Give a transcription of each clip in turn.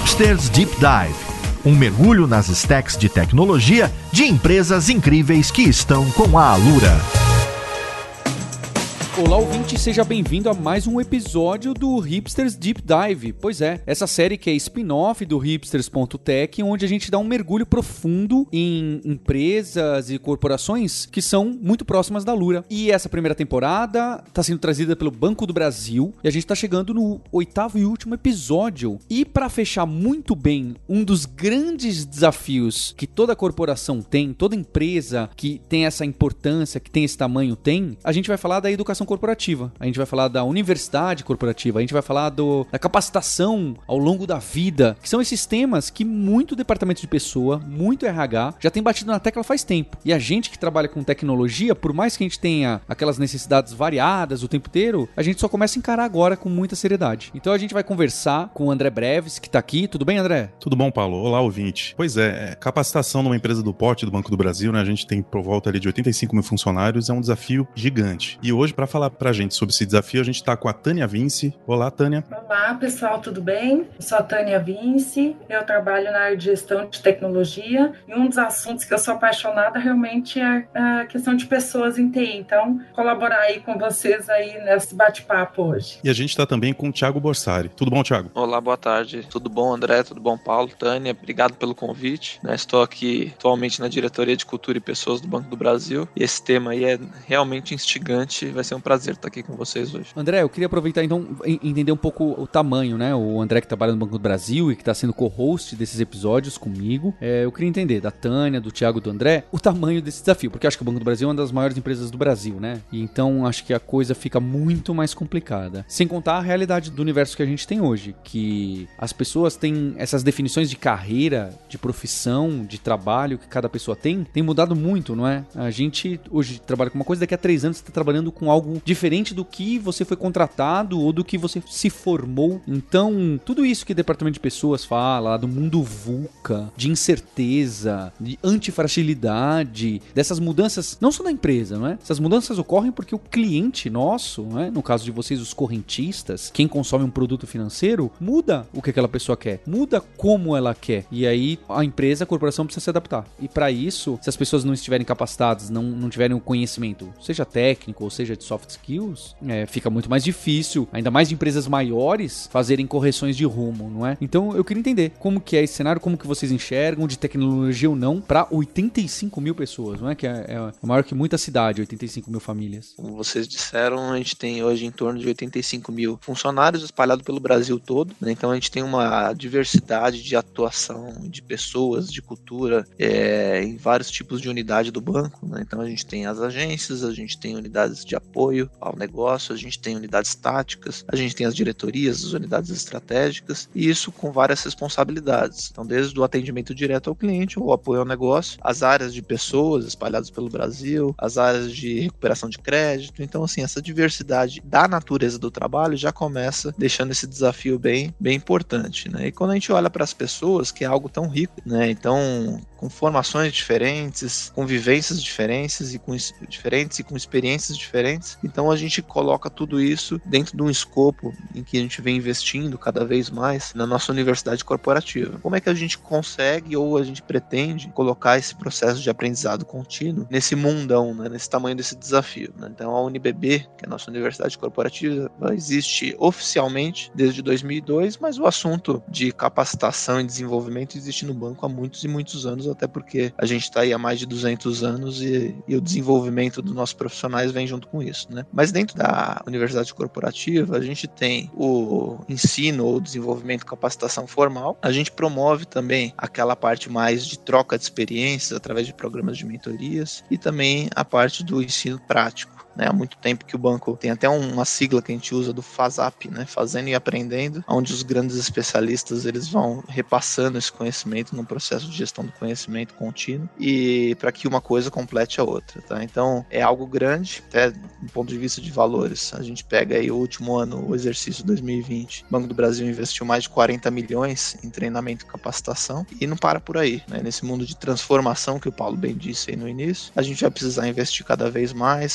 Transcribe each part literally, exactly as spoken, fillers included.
Hipsters Deep Dive, um mergulho nas stacks de tecnologia de empresas incríveis que estão com a Alura. Olá, ouvinte, seja bem-vindo a mais um episódio do Hipsters Deep Dive. Pois é, essa série que é spin-off do hipsters ponto tech, onde a gente dá um mergulho profundo em empresas e corporações que são muito próximas da Alura. E essa primeira temporada está sendo trazida pelo Banco do Brasil e a gente está chegando no oitavo e último episódio. E para fechar muito bem, um dos grandes desafios que toda corporação tem, toda empresa que tem essa importância, que tem esse tamanho tem, a gente vai falar da educação corporativa, a gente vai falar da universidade corporativa, a gente vai falar do, da capacitação ao longo da vida, que são esses temas que muito departamento de pessoa, muito R H, já tem batido na tecla faz tempo. E a gente que trabalha com tecnologia, por mais que a gente tenha aquelas necessidades variadas o tempo inteiro, a gente só começa a encarar agora com muita seriedade. Então a gente vai conversar com o André Breves, que tá aqui. Tudo bem, André? Tudo bom, Paulo? Olá, ouvinte. Pois é, capacitação numa empresa do porte do Banco do Brasil, né? A gente tem por volta ali de oitenta e cinco mil funcionários, é um desafio gigante. E hoje, para falar pra gente sobre esse desafio, a gente tá com a Tânia Vince. Olá, Tânia. Olá, pessoal, tudo bem? Eu sou a Tânia Vince, eu trabalho na área de gestão de tecnologia e um dos assuntos que eu sou apaixonada realmente é a questão de pessoas em T I. Então, colaborar aí com vocês aí nesse bate-papo hoje. E a gente tá também com o Thiago Borsari. Tudo bom, Thiago? Olá, boa tarde. Tudo bom, André? Tudo bom, Paulo? Tânia, obrigado pelo convite. Né, estou aqui atualmente na diretoria de Cultura e Pessoas do Banco do Brasil e esse tema aí é realmente instigante. Vai ser um prazer estar aqui com vocês hoje. André, eu queria aproveitar então entender um pouco o tamanho, né? O André que trabalha no Banco do Brasil e que está sendo co-host desses episódios comigo. É, eu queria entender da Tânia, do Thiago e do André o tamanho desse desafio, porque eu acho que o Banco do Brasil é uma das maiores empresas do Brasil, né? E então acho que a coisa fica muito mais complicada. Sem contar a realidade do universo que a gente tem hoje, que as pessoas têm essas definições de carreira, de profissão, de trabalho que cada pessoa tem, tem mudado muito, não é? A gente hoje trabalha com uma coisa, daqui a três anos você está trabalhando com algo diferente do que você foi contratado ou do que você se formou. Então, tudo isso que o departamento de pessoas fala, do mundo VUCA, de incerteza, de antifragilidade, dessas mudanças, não só da empresa, não é? Essas mudanças ocorrem porque o cliente nosso, não é? No caso de vocês, os correntistas, quem consome um produto financeiro, muda o que aquela pessoa quer, muda como ela quer. E aí, a empresa, a corporação precisa se adaptar. E para isso, se as pessoas não estiverem capacitadas, não, não tiverem o conhecimento, seja técnico ou seja de soft skills, é, fica muito mais difícil, ainda mais de empresas maiores, fazerem correções de rumo, não é? Então eu queria entender como que é esse cenário, como que vocês enxergam de tecnologia ou não para oitenta e cinco mil pessoas, não é? Que é, é maior que muita cidade, oitenta e cinco mil famílias. Como vocês disseram, a gente tem hoje em torno de oitenta e cinco mil funcionários espalhados pelo Brasil todo, né? Então a gente tem uma diversidade de atuação de pessoas, de cultura, é, em vários tipos de unidade do banco, né? Então a gente tem as agências, a gente tem unidades de apoio ao negócio, a gente tem unidades táticas, a gente tem as diretorias, as unidades estratégicas, e isso com várias responsabilidades. Então, desde o atendimento direto ao cliente, o apoio ao negócio, as áreas de pessoas espalhadas pelo Brasil, as áreas de recuperação de crédito. Então, assim, essa diversidade da natureza do trabalho já começa deixando esse desafio bem, bem importante, né? E quando a gente olha para as pessoas, que é algo tão rico, né? Então, com formações diferentes, com vivências diferentes e com, diferentes e com experiências diferentes, então a gente coloca tudo isso dentro de um escopo em que a gente vem investindo cada vez mais na nossa universidade corporativa. Como é que a gente consegue ou a gente pretende colocar esse processo de aprendizado contínuo nesse mundão, né, nesse tamanho desse desafio, né? Então a U N B B, que é a nossa universidade corporativa, existe oficialmente desde dois mil e dois, mas o assunto de capacitação e desenvolvimento existe no banco há muitos e muitos anos, até porque a gente está aí há mais de duzentos anos e, e o desenvolvimento dos nossos profissionais vem junto com isso, né? Mas dentro da universidade corporativa, a gente tem o ensino ou desenvolvimento e capacitação formal. A gente promove também aquela parte mais de troca de experiências através de programas de mentorias e também a parte do ensino prático. Né, há muito tempo que o banco tem até uma sigla que a gente usa do FASAP, né, Fazendo e Aprendendo, onde os grandes especialistas eles vão repassando esse conhecimento no processo de gestão do conhecimento contínuo e para que uma coisa complete a outra. Tá? Então é algo grande, até do ponto de vista de valores. A gente pega aí o último ano, o exercício dois mil e vinte, o Banco do Brasil investiu mais de quarenta milhões em treinamento e capacitação e não para por aí. Né? Nesse mundo de transformação que o Paulo bem disse aí no início, a gente vai precisar investir cada vez mais, procurar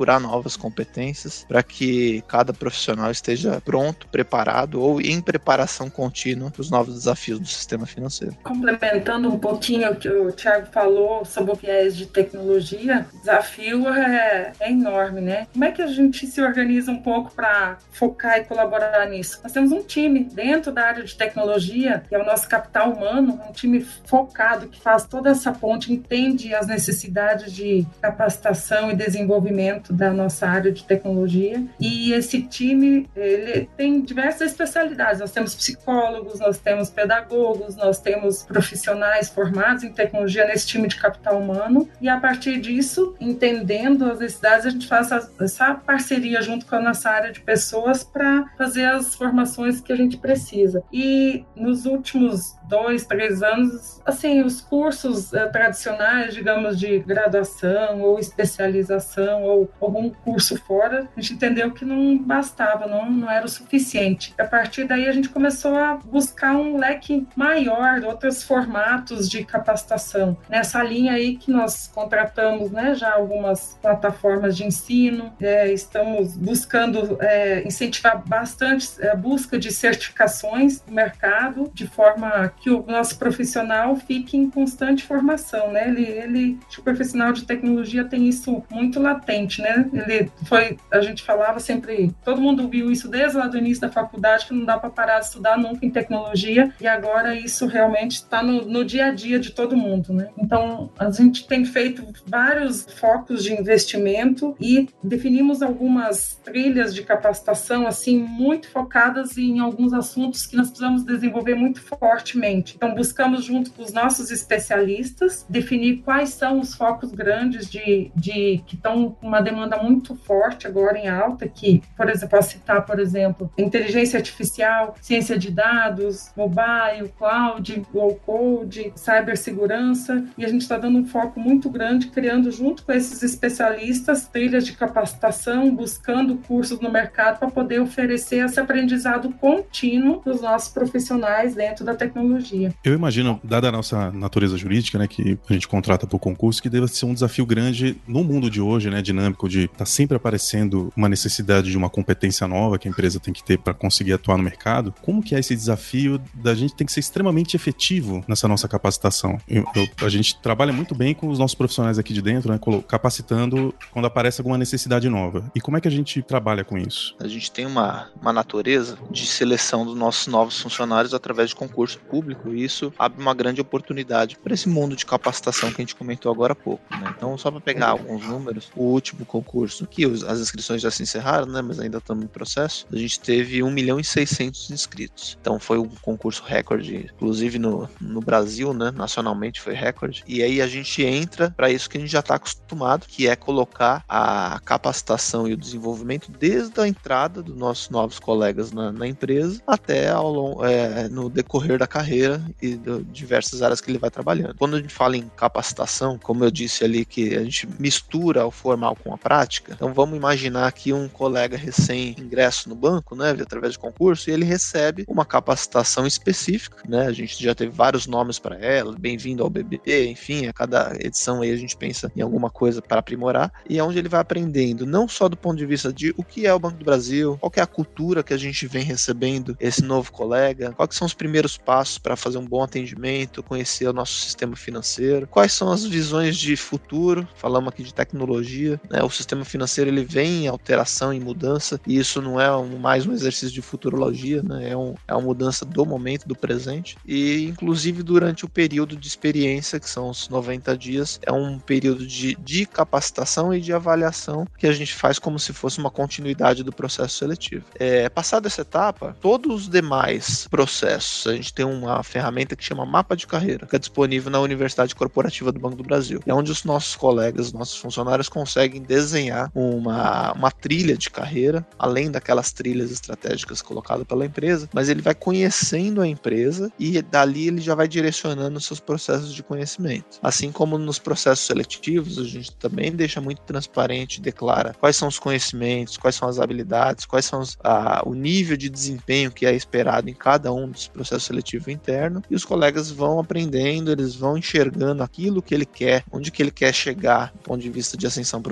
procurar novas competências para que cada profissional esteja pronto, preparado ou em preparação contínua para os novos desafios do sistema financeiro. Complementando um pouquinho o que o Thiago falou sobre o viés de tecnologia, o desafio é, é enorme, né? Como é que a gente se organiza um pouco para focar e colaborar nisso? Nós temos um time dentro da área de tecnologia, que é o nosso capital humano, um time focado que faz toda essa ponte, entende as necessidades de capacitação e desenvolvimento da nossa área de tecnologia. E esse time, ele tem diversas especialidades. Nós temos psicólogos, nós temos pedagogos, nós temos profissionais formados em tecnologia nesse time de capital humano. E a partir disso, entendendo as necessidades, a gente faz essa, essa parceria junto com a nossa área de pessoas para fazer as formações que a gente precisa. E nos últimos dois, três anos, assim, os cursos eh, tradicionais, digamos, de graduação ou especialização ou algum curso fora, a gente entendeu que não bastava, não, não era o suficiente. A partir daí a gente começou a buscar um leque maior, outros formatos de capacitação. Nessa linha aí que nós contratamos, né, já algumas plataformas de ensino, é, estamos buscando é, incentivar bastante a busca de certificações no mercado, de forma que o nosso profissional fique em constante formação, né? Ele, ele, o profissional de tecnologia tem isso muito latente, né? Ele foi, a gente falava sempre, todo mundo viu isso desde lá do início da faculdade, que não dá para parar de estudar nunca em tecnologia, e agora isso realmente está no, no dia a dia de todo mundo, né? Então, a gente tem feito vários focos de investimento e definimos algumas trilhas de capacitação, assim, muito focadas em alguns assuntos que nós precisamos desenvolver muito fortemente. Então, buscamos, junto com os nossos especialistas, definir quais são os focos grandes de, de, que estão com uma demanda muito forte agora em alta, que, por exemplo, posso citar, por exemplo, inteligência artificial, ciência de dados, mobile, cloud, low-code, cibersegurança, e a gente está dando um foco muito grande, criando, junto com esses especialistas, trilhas de capacitação, buscando cursos no mercado para poder oferecer esse aprendizado contínuo para os nossos profissionais dentro da tecnologia. Eu imagino, dada a nossa natureza jurídica, né, que a gente contrata por concurso, que deve ser um desafio grande no mundo de hoje, né, dinâmico, de estar tá sempre aparecendo uma necessidade de uma competência nova que a empresa tem que ter para conseguir atuar no mercado. Como que é esse desafio da gente ter que ser extremamente efetivo nessa nossa capacitação? Eu, eu, a gente trabalha muito bem com os nossos profissionais aqui de dentro, né, capacitando quando aparece alguma necessidade nova. E como é que a gente trabalha com isso? A gente tem uma, uma natureza de seleção dos nossos novos funcionários através de concurso público, e isso abre uma grande oportunidade para esse mundo de capacitação que a gente comentou agora há pouco, né? Então, só para pegar alguns números, o último concurso, que os, as inscrições já se encerraram, né, mas ainda estamos em processo, a gente teve um milhão e seiscentos inscritos. Então, foi um concurso recorde, inclusive no, no Brasil, né, nacionalmente foi recorde. E aí a gente entra para isso que a gente já está acostumado, que é colocar a capacitação e o desenvolvimento desde a entrada dos nossos novos colegas na, na empresa até ao long, é, no decorrer da carreira e de diversas áreas que ele vai trabalhando. Quando a gente fala em capacitação, como eu disse ali, que a gente mistura o formal com a prática, então vamos imaginar que um colega recém-ingresso no banco, né, através de concurso, e ele recebe uma capacitação específica, né, a gente já teve vários nomes para ela, bem-vindo ao B B, enfim, a cada edição aí a gente pensa em alguma coisa para aprimorar, e é onde ele vai aprendendo, não só do ponto de vista de o que é o Banco do Brasil, qual que é a cultura que a gente vem recebendo esse novo colega, quais são os primeiros passos para fazer um bom atendimento, conhecer o nosso sistema financeiro, quais são as visões de futuro, falamos aqui de tecnologia, né? O sistema financeiro ele vem em alteração, em mudança, e isso não é um, mais um exercício de futurologia, né? é, um, é uma mudança do momento, do presente, e inclusive durante o período de experiência, que são os noventa dias, é um período de, de capacitação e de avaliação que a gente faz como se fosse uma continuidade do processo seletivo. É, passada essa etapa, todos os demais processos, a gente tem uma ferramenta que chama Mapa de Carreira, que é disponível na Universidade Corporativa do Banco do Brasil. É onde os nossos colegas, nossos funcionários conseguem desenhar uma, uma trilha de carreira, além daquelas trilhas estratégicas colocadas pela empresa, mas ele vai conhecendo a empresa e dali ele já vai direcionando os seus processos de conhecimento. Assim como nos processos seletivos, a gente também deixa muito transparente, declara quais são os conhecimentos, quais são as habilidades, quais são os, a, o nível de desempenho que é esperado em cada um dos processos seletivos internos, e os colegas vão aprendendo, eles vão enxergando aquilo que ele quer, onde que ele quer chegar do ponto de vista de ascensão profissional,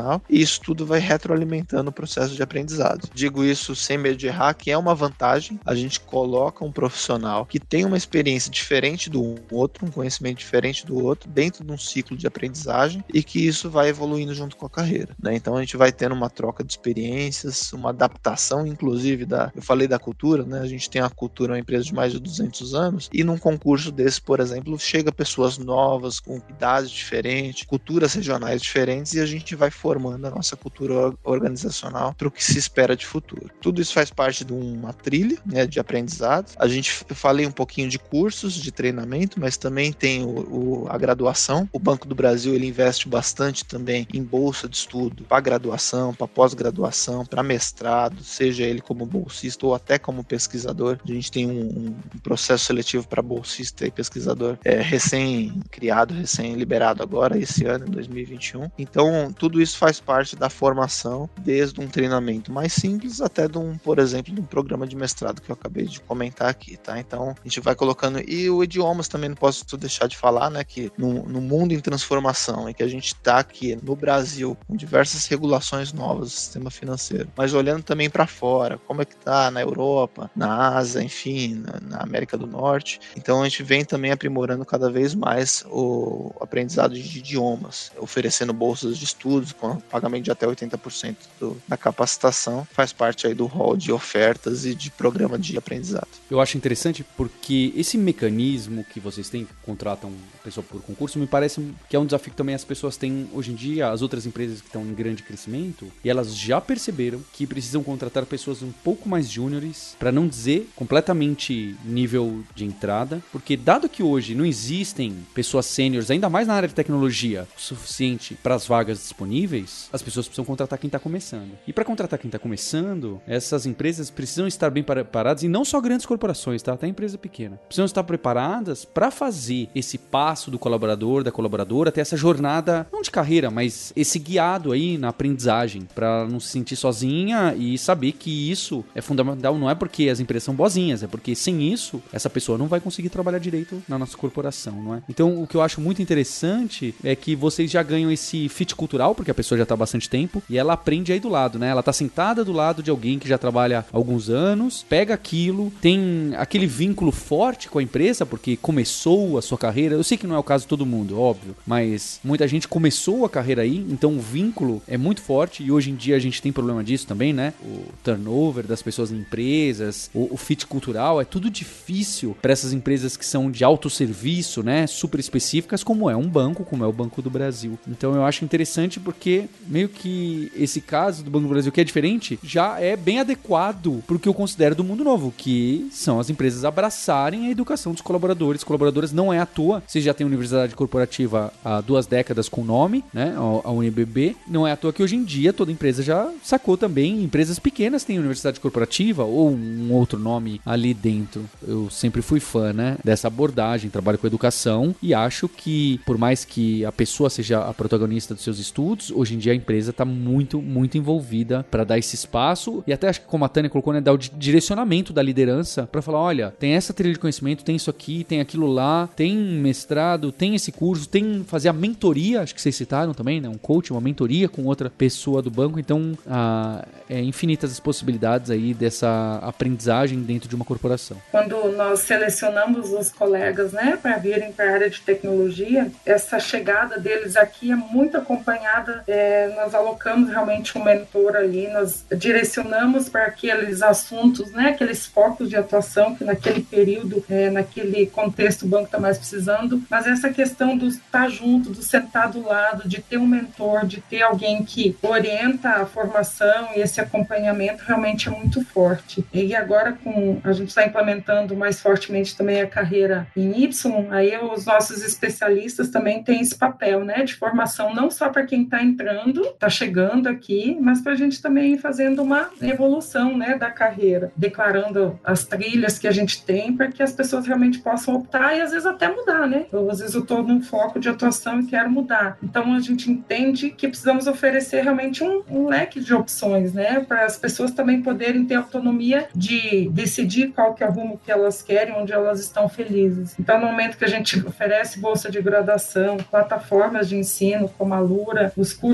profissional, e isso tudo vai retroalimentando o processo de aprendizado. Digo isso sem medo de errar, que é uma vantagem. A gente coloca um profissional que tem uma experiência diferente do outro, um conhecimento diferente do outro, dentro de um ciclo de aprendizagem, e que isso vai evoluindo junto com a carreira, né? Então a gente vai tendo uma troca de experiências, uma adaptação, inclusive, da, eu falei da cultura, né? A gente tem uma cultura, uma empresa de mais de duzentos anos, e num concurso desse, por exemplo, chega pessoas novas, com idades diferentes, culturas regionais diferentes, e a gente vai formando a nossa cultura organizacional para o que se espera de futuro. Tudo isso faz parte de uma trilha, né, de aprendizado. A gente, eu falei um pouquinho de cursos, de treinamento, mas também tem o, o, a graduação. O Banco do Brasil, ele investe bastante também em bolsa de estudo para graduação, para pós-graduação, para mestrado, seja ele como bolsista ou até como pesquisador. A gente tem um, um processo seletivo para bolsista e pesquisador é, recém-criado, recém-liberado agora, esse ano, em dois mil e vinte e um. Então, tudo isso faz parte da formação, desde um treinamento mais simples até de um, por exemplo, de um programa de mestrado que eu acabei de comentar aqui, tá? Então, a gente vai colocando... E o idiomas também não posso deixar de falar, né? Que no, no mundo em transformação, em que a gente está aqui no Brasil, com diversas regulações novas do sistema financeiro, mas olhando também para fora, como é que tá na Europa, na Ásia, enfim, na, na América do Norte. Então, a gente vem também aprimorando cada vez mais o aprendizado de idiomas, oferecendo bolsas de estudos com pagamento de até oitenta por cento do, da capacitação. Faz parte aí do hall de ofertas e de programa de aprendizado. Eu acho interessante porque esse mecanismo que vocês têm, que contratam pessoa por concurso, me parece que é um desafio que também as pessoas têm hoje em dia, as outras empresas que estão em grande crescimento, e elas já perceberam que precisam contratar pessoas um pouco mais júniores, para não dizer completamente nível de entrada, porque dado que hoje não existem pessoas sêniores, ainda mais na área de tecnologia, o suficiente para as vagas disponíveis, as pessoas precisam contratar quem está começando. E para contratar quem está começando, essas empresas precisam estar bem preparadas, e não só grandes corporações, tá? Até empresa pequena. Precisam estar preparadas para fazer esse passo do colaborador, da colaboradora, até essa jornada, não de carreira, mas esse guiado aí na aprendizagem, para não se sentir sozinha e saber que isso é fundamental. Não é porque as empresas são boazinhas, é porque sem isso, essa pessoa não vai conseguir trabalhar direito na nossa corporação, não é? Então, o que eu acho muito interessante é que vocês já ganham esse fit cultural, porque a pessoa já está há bastante tempo, e ela aprende aí do lado, né? Ela está sentada do lado de alguém que já trabalha há alguns anos, pega aquilo, tem aquele vínculo forte com a empresa, porque começou a sua carreira. Eu sei que não é o caso de todo mundo, óbvio, mas muita gente começou a carreira aí, então o vínculo é muito forte, e hoje em dia a gente tem problema disso também, né? O turnover das pessoas em empresas, o, o fit cultural, é tudo difícil para essas empresas que são de autosserviço, né? Super específicas, como é um banco, como é o Banco do Brasil. Então eu acho interessante porque meio que esse caso do Banco do Brasil, que é diferente, já é bem adequado para o que eu considero do mundo novo, que são as empresas abraçarem a educação dos colaboradores. Colaboradores não é à toa, você já tem universidade corporativa há duas décadas com nome, né? A U N B B, não é à toa que hoje em dia toda empresa já sacou também, empresas pequenas têm universidade corporativa ou um outro nome ali dentro. Eu sempre fui fã, né, dessa abordagem, trabalho com educação, e acho que por mais que a pessoa seja a protagonista dos seus estudos, hoje em dia a empresa está muito, muito envolvida para dar esse espaço, e até acho que, como a Tânia colocou, né, dar o direcionamento da liderança para falar, olha, tem essa trilha de conhecimento, tem isso aqui, tem aquilo lá, tem mestrado, tem esse curso, tem fazer a mentoria, acho que vocês citaram também, né, um coach, uma mentoria com outra pessoa do banco. Então, ah, é infinitas as possibilidades aí dessa aprendizagem dentro de uma corporação. Quando nós selecionamos os colegas, né, para virem para a área de tecnologia, essa chegada deles aqui é muito acompanhada. É, nós alocamos realmente um mentor ali, nós direcionamos para aqueles assuntos, né, aqueles focos de atuação que naquele período, é, naquele contexto o banco está mais precisando, mas essa questão do estar junto, do sentar do lado, de ter um mentor, de ter alguém que orienta a formação e esse acompanhamento realmente é muito forte. E agora com, a gente está implementando mais fortemente também a carreira em Y, aí os nossos especialistas também têm esse papel, né, de formação não só para quem está entrando, está chegando aqui, mas para a gente também ir fazendo uma evolução, né, da carreira, declarando as trilhas que a gente tem para que as pessoas realmente possam optar e às vezes até mudar, né? Eu, às vezes eu estou num foco de atuação e quero mudar. Então a gente entende que precisamos oferecer realmente um, um leque de opções, né, para as pessoas também poderem ter autonomia de decidir qual que é o rumo que elas querem, onde elas estão felizes. Então, no momento que a gente oferece bolsa de graduação, plataformas de ensino como a Lura, os cursos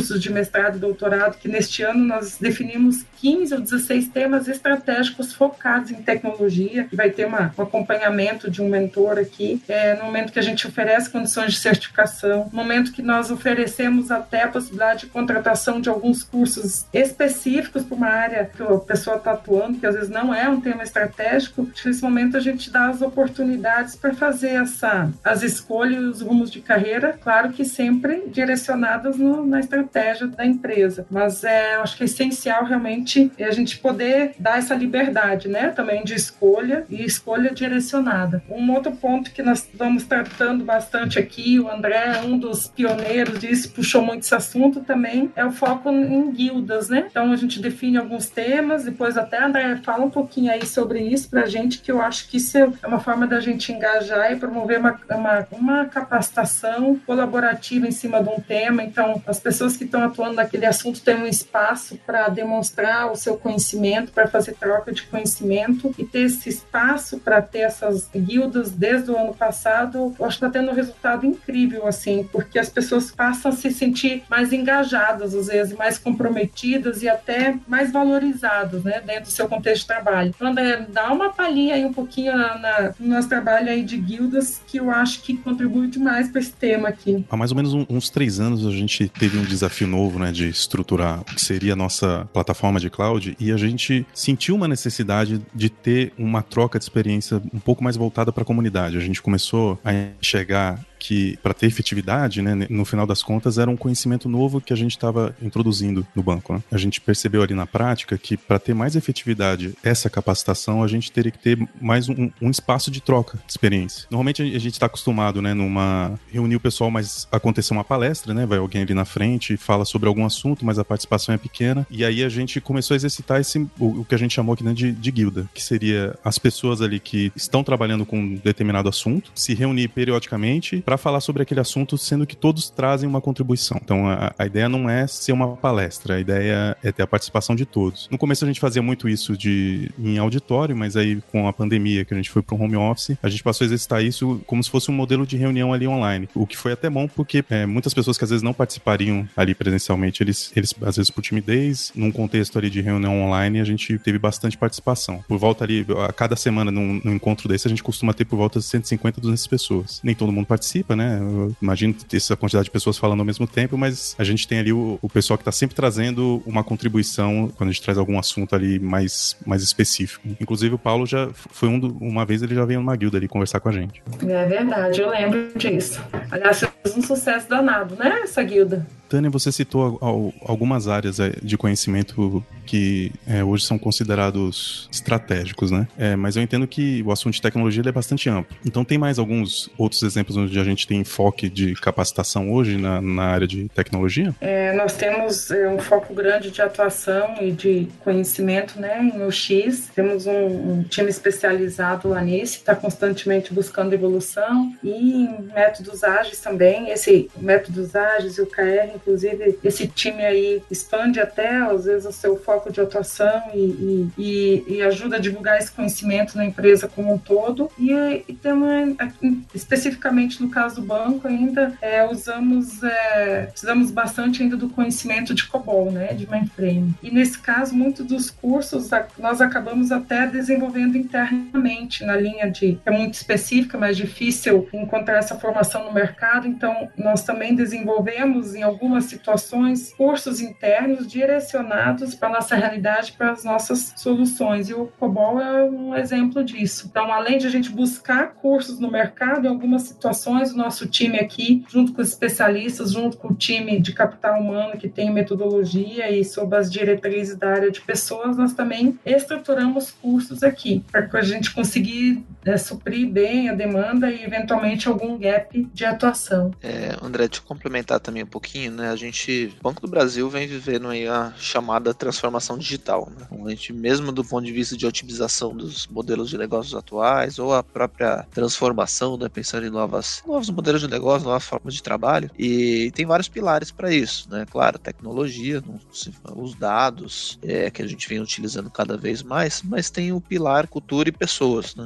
cursos de mestrado e doutorado, que neste ano nós definimos quinze ou dezesseis temas estratégicos focados em tecnologia, que vai ter uma, um acompanhamento de um mentor aqui, é, no momento que a gente oferece condições de certificação, no momento que nós oferecemos até a possibilidade de contratação de alguns cursos específicos para uma área que a pessoa está atuando, que às vezes não é um tema estratégico. Nesse momento a gente dá as oportunidades para fazer essa, as escolhas e os rumos de carreira, claro que sempre direcionadas no, na estratégia da empresa, mas é, acho que é essencial realmente a gente poder dar essa liberdade, né, também de escolha e escolha direcionada. Um outro ponto que nós estamos tratando bastante aqui, o André é um dos pioneiros disso, puxou muito esse assunto também, é o foco em guildas, né? Então a gente define alguns temas, depois até a André fala um pouquinho aí sobre isso pra gente, que eu acho que isso é uma forma da gente engajar e promover uma, uma, uma capacitação colaborativa em cima de um tema. Então as pessoas que estão atuando naquele assunto têm um espaço para demonstrar o seu conhecimento, para fazer troca de conhecimento, e ter esse espaço para ter essas guildas desde o ano passado, eu acho que está tendo um resultado incrível, assim, porque as pessoas passam a se sentir mais engajadas, às vezes, mais comprometidas e até mais valorizadas, né, dentro do seu contexto de trabalho. Então, dá uma palhinha aí um pouquinho na, na, no nosso trabalho aí de guildas, que eu acho que contribui demais para esse tema aqui. Há mais ou menos um, uns três anos a gente teve um desafio novo, né, de estruturar o que seria a nossa plataforma de cloud, e a gente sentiu uma necessidade de ter uma troca de experiência um pouco mais voltada para a comunidade. A gente começou a enxergar que, para ter efetividade, né, no final das contas, era um conhecimento novo que a gente estava introduzindo no banco, né? A gente percebeu ali na prática que, para ter mais efetividade essa capacitação, a gente teria que ter mais um, um espaço de troca de experiência. Normalmente a gente está acostumado, né, numa reunir o pessoal, mas acontecer uma palestra, né, vai alguém ali na frente e fala sobre algum assunto, mas a participação é pequena, e aí a gente começou a exercitar esse, o, o que a gente chamou aqui, né, de, de guilda, que seria as pessoas ali que estão trabalhando com um determinado assunto, se reunir periodicamente para falar sobre aquele assunto, sendo que todos trazem uma contribuição. Então a, a ideia não é ser uma palestra, a ideia é ter a participação de todos. No começo a gente fazia muito isso de, em auditório, mas aí com a pandemia que a gente foi para o home office, a gente passou a exercitar isso como se fosse um modelo de reunião ali online, o que foi até bom porque é, muitas pessoas que às vezes não participariam ali presencialmente, eles, eles às vezes por timidez, num contexto ali de reunião online, a gente teve bastante participação. Por volta ali, a cada semana num, num encontro desse, a gente costuma ter por volta de cento e cinquenta, duzentas pessoas. Nem todo mundo participa, né? Eu imagino ter essa quantidade de pessoas falando ao mesmo tempo, mas a gente tem ali o, o pessoal que está sempre trazendo uma contribuição quando a gente traz algum assunto ali mais, mais específico. Inclusive o Paulo já foi um do, uma vez ele já veio numa guilda ali conversar com a gente. É verdade, eu lembro disso. Aliás, fez um sucesso danado, né, essa guilda? Tânia, você citou ao, algumas áreas de conhecimento que é, hoje são considerados estratégicos, né? É, mas eu entendo que o assunto de tecnologia ele é bastante amplo. Então tem mais alguns outros exemplos onde a gente tem enfoque de capacitação hoje na, na área de tecnologia? É, nós temos é, um foco grande de atuação e de conhecimento, né, em U X. Temos um, um time especializado lá nisso, está constantemente buscando evolução, e em métodos ágeis também. Esse métodos ágeis e o K R, inclusive, esse time aí expande até, às vezes, o seu foco de atuação e, e, e ajuda a divulgar esse conhecimento na empresa como um todo. E, e também, especificamente no caso do banco, ainda é, usamos, é, precisamos bastante ainda do conhecimento de COBOL, né, de mainframe. E nesse caso, muitos dos cursos nós acabamos até desenvolvendo internamente na linha de, é muito específica, mas difícil encontrar essa formação no mercado, então nós também desenvolvemos em alguns algumas situações, cursos internos direcionados para a nossa realidade, para as nossas soluções. E o COBOL é um exemplo disso. Então, além de a gente buscar cursos no mercado, em algumas situações, o nosso time aqui, junto com os especialistas, junto com o time de capital humano que tem metodologia e sob as diretrizes da área de pessoas, nós também estruturamos cursos aqui, para que a gente conseguir é, suprir bem a demanda e, eventualmente, algum gap de atuação. É, André, te complementar também um pouquinho, né? A gente, o Banco do Brasil vem vivendo aí a chamada transformação digital, né? Então, a gente, mesmo do ponto de vista de otimização dos modelos de negócios atuais ou a própria transformação, né? Pensando em novas, novos modelos de negócio, novas formas de trabalho, e tem vários pilares para isso, né? Claro, tecnologia, os dados, é, que a gente vem utilizando cada vez mais, mas tem o pilar cultura e pessoas, né? Se a gente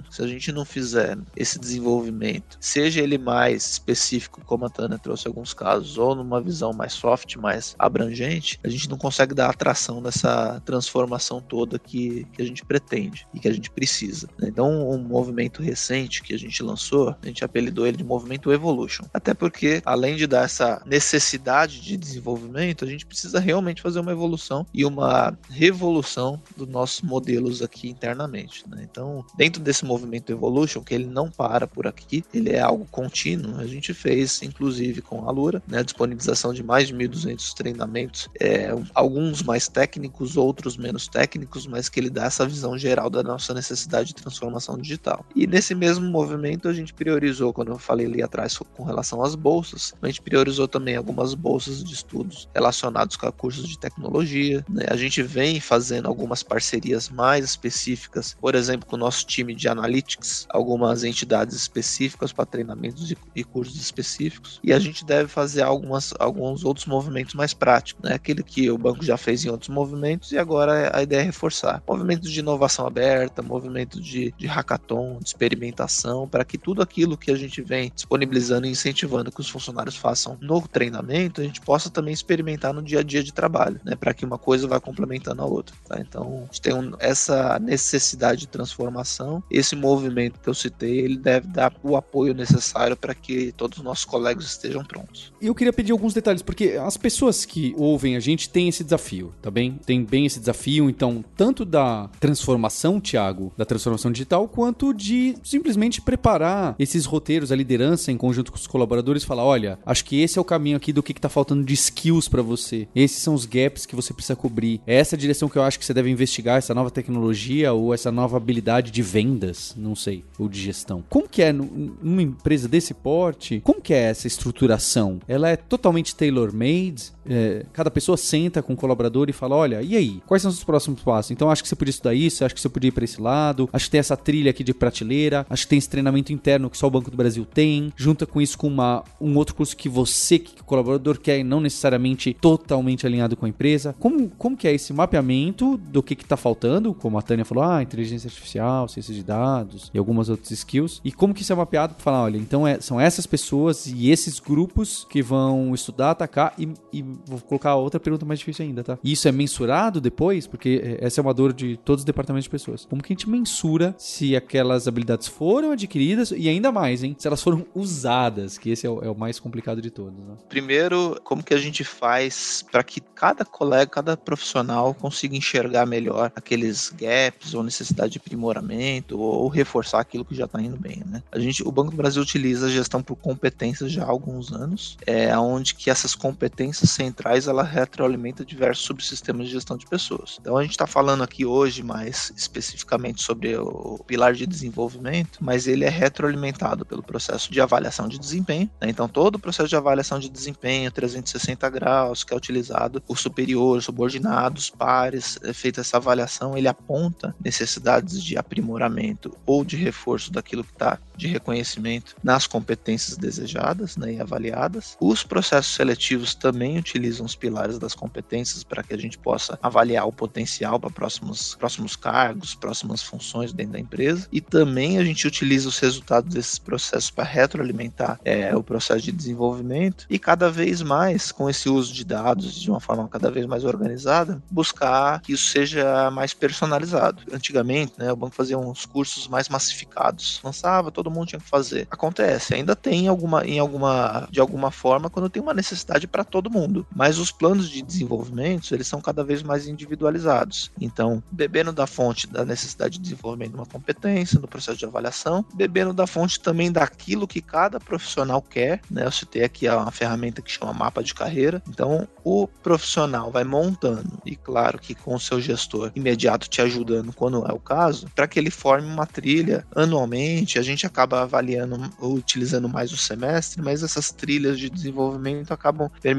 gente não fizer esse desenvolvimento, seja ele mais específico, como a Tânia trouxe alguns casos, ou numa visão mais soft, mais abrangente, a gente não consegue dar atração nessa transformação toda que, que a gente pretende e que a gente precisa. Então, um movimento recente que a gente lançou, a gente apelidou ele de movimento Evolution. Até porque, além de dar essa necessidade de desenvolvimento, a gente precisa realmente fazer uma evolução e uma revolução dos nossos modelos aqui internamente, né? Então, dentro desse movimento Evolution, que ele não para por aqui, ele é algo contínuo, a gente fez, inclusive com a Alura, né, a disponibilização de mais de mil e duzentos treinamentos, é, alguns mais técnicos, outros menos técnicos, mas que ele dá essa visão geral da nossa necessidade de transformação digital. E nesse mesmo movimento a gente priorizou, quando eu falei ali atrás com relação às bolsas, a gente priorizou também algumas bolsas de estudos relacionados com cursos de tecnologia, né? A gente vem fazendo algumas parcerias mais específicas, por exemplo, com o nosso time de Analytics, algumas entidades específicas para treinamentos e, e cursos específicos, e a gente deve fazer algumas, alguns outros movimentos mais práticos, né? Aquele que o banco já fez em outros movimentos e agora a ideia é reforçar. Movimentos de inovação aberta, movimentos de, de hackathon, de experimentação, para que tudo aquilo que a gente vem disponibilizando e incentivando que os funcionários façam no treinamento, a gente possa também experimentar no dia a dia de trabalho, né? Para que uma coisa vá complementando a outra, tá? Então, a gente tem um, essa necessidade de transformação. Esse movimento que eu citei, ele deve dar o apoio necessário para que todos os nossos colegas estejam prontos. Eu queria pedir alguns detalhes, porque as pessoas que ouvem a gente têm esse desafio, tá bem? Tem bem esse desafio, então, tanto da transformação, Thiago, da transformação digital, quanto de simplesmente preparar esses roteiros, a liderança em conjunto com os colaboradores, falar, olha, acho que esse é o caminho aqui do que está faltando de skills para você. Esses são os gaps que você precisa cobrir. É essa a direção que eu acho que você deve investigar, essa nova tecnologia ou essa nova habilidade de vendas, não sei, ou de gestão. Como que é numa empresa desse porte? Como que é essa estruturação? Ela é totalmente tailor-made? É, cada pessoa senta com o colaborador e fala, olha, e aí? Quais são os próximos passos? Então, acho que você podia estudar isso, acho que você podia ir para esse lado, acho que tem essa trilha aqui de prateleira, acho que tem esse treinamento interno que só o Banco do Brasil tem, junta com isso com uma, um outro curso que você, que o colaborador quer e não necessariamente totalmente alinhado com a empresa. Como, como que é esse mapeamento do que está faltando? Como a Tânia falou, ah, inteligência artificial, ciência de dados e algumas outras skills. E como que isso é mapeado para falar, olha, então é, são essas pessoas e esses grupos que vão estudar, atacar e, e vou colocar outra pergunta mais difícil ainda, tá? E isso é mensurado depois? Porque essa é uma dor de todos os departamentos de pessoas. Como que a gente mensura se aquelas habilidades foram adquiridas e ainda mais, hein? Se elas foram usadas, que esse é o, é o mais complicado de todos, né? Primeiro, como que a gente faz para que cada colega, cada profissional consiga enxergar melhor aqueles gaps ou necessidade de aprimoramento ou, ou reforçar aquilo que já está indo bem, né? A gente, o Banco do Brasil utiliza a gestão por competências já há alguns anos, é onde que essas competências centrais ela retroalimenta diversos subsistemas de gestão de pessoas. Então a gente está falando aqui hoje mais especificamente sobre o pilar de desenvolvimento, mas ele é retroalimentado pelo processo de avaliação de desempenho, né? Então todo o processo de avaliação de desempenho trezentos e sessenta graus que é utilizado, os superiores, subordinados, pares, é feita essa avaliação, ele aponta necessidades de aprimoramento ou de reforço daquilo que está de reconhecimento nas competências desejadas, né, e avaliadas. Os processos seletivos também utilizam os pilares das competências para que a gente possa avaliar o potencial para próximos, próximos cargos, próximas funções dentro da empresa, e também a gente utiliza os resultados desses processos para retroalimentar é, o processo de desenvolvimento e cada vez mais, com esse uso de dados de uma forma cada vez mais organizada, buscar que isso seja mais personalizado. Antigamente, né, o banco fazia uns cursos mais massificados, lançava, todo mundo tinha que fazer. Acontece, ainda tem alguma, em alguma, de alguma forma, quando tem uma necessidade para todo mundo, mas os planos de desenvolvimento, eles são cada vez mais individualizados. Então, bebendo da fonte da necessidade de desenvolvimento de uma competência, no processo de avaliação, bebendo da fonte também daquilo que cada profissional quer, né? Eu citei aqui uma ferramenta que chama mapa de carreira. Então, o profissional vai montando, e claro que com o seu gestor imediato te ajudando quando é o caso, para que ele forme uma trilha anualmente. A gente acaba avaliando, utilizando mais o semestre, mas essas trilhas de desenvolvimento acabam permeando todo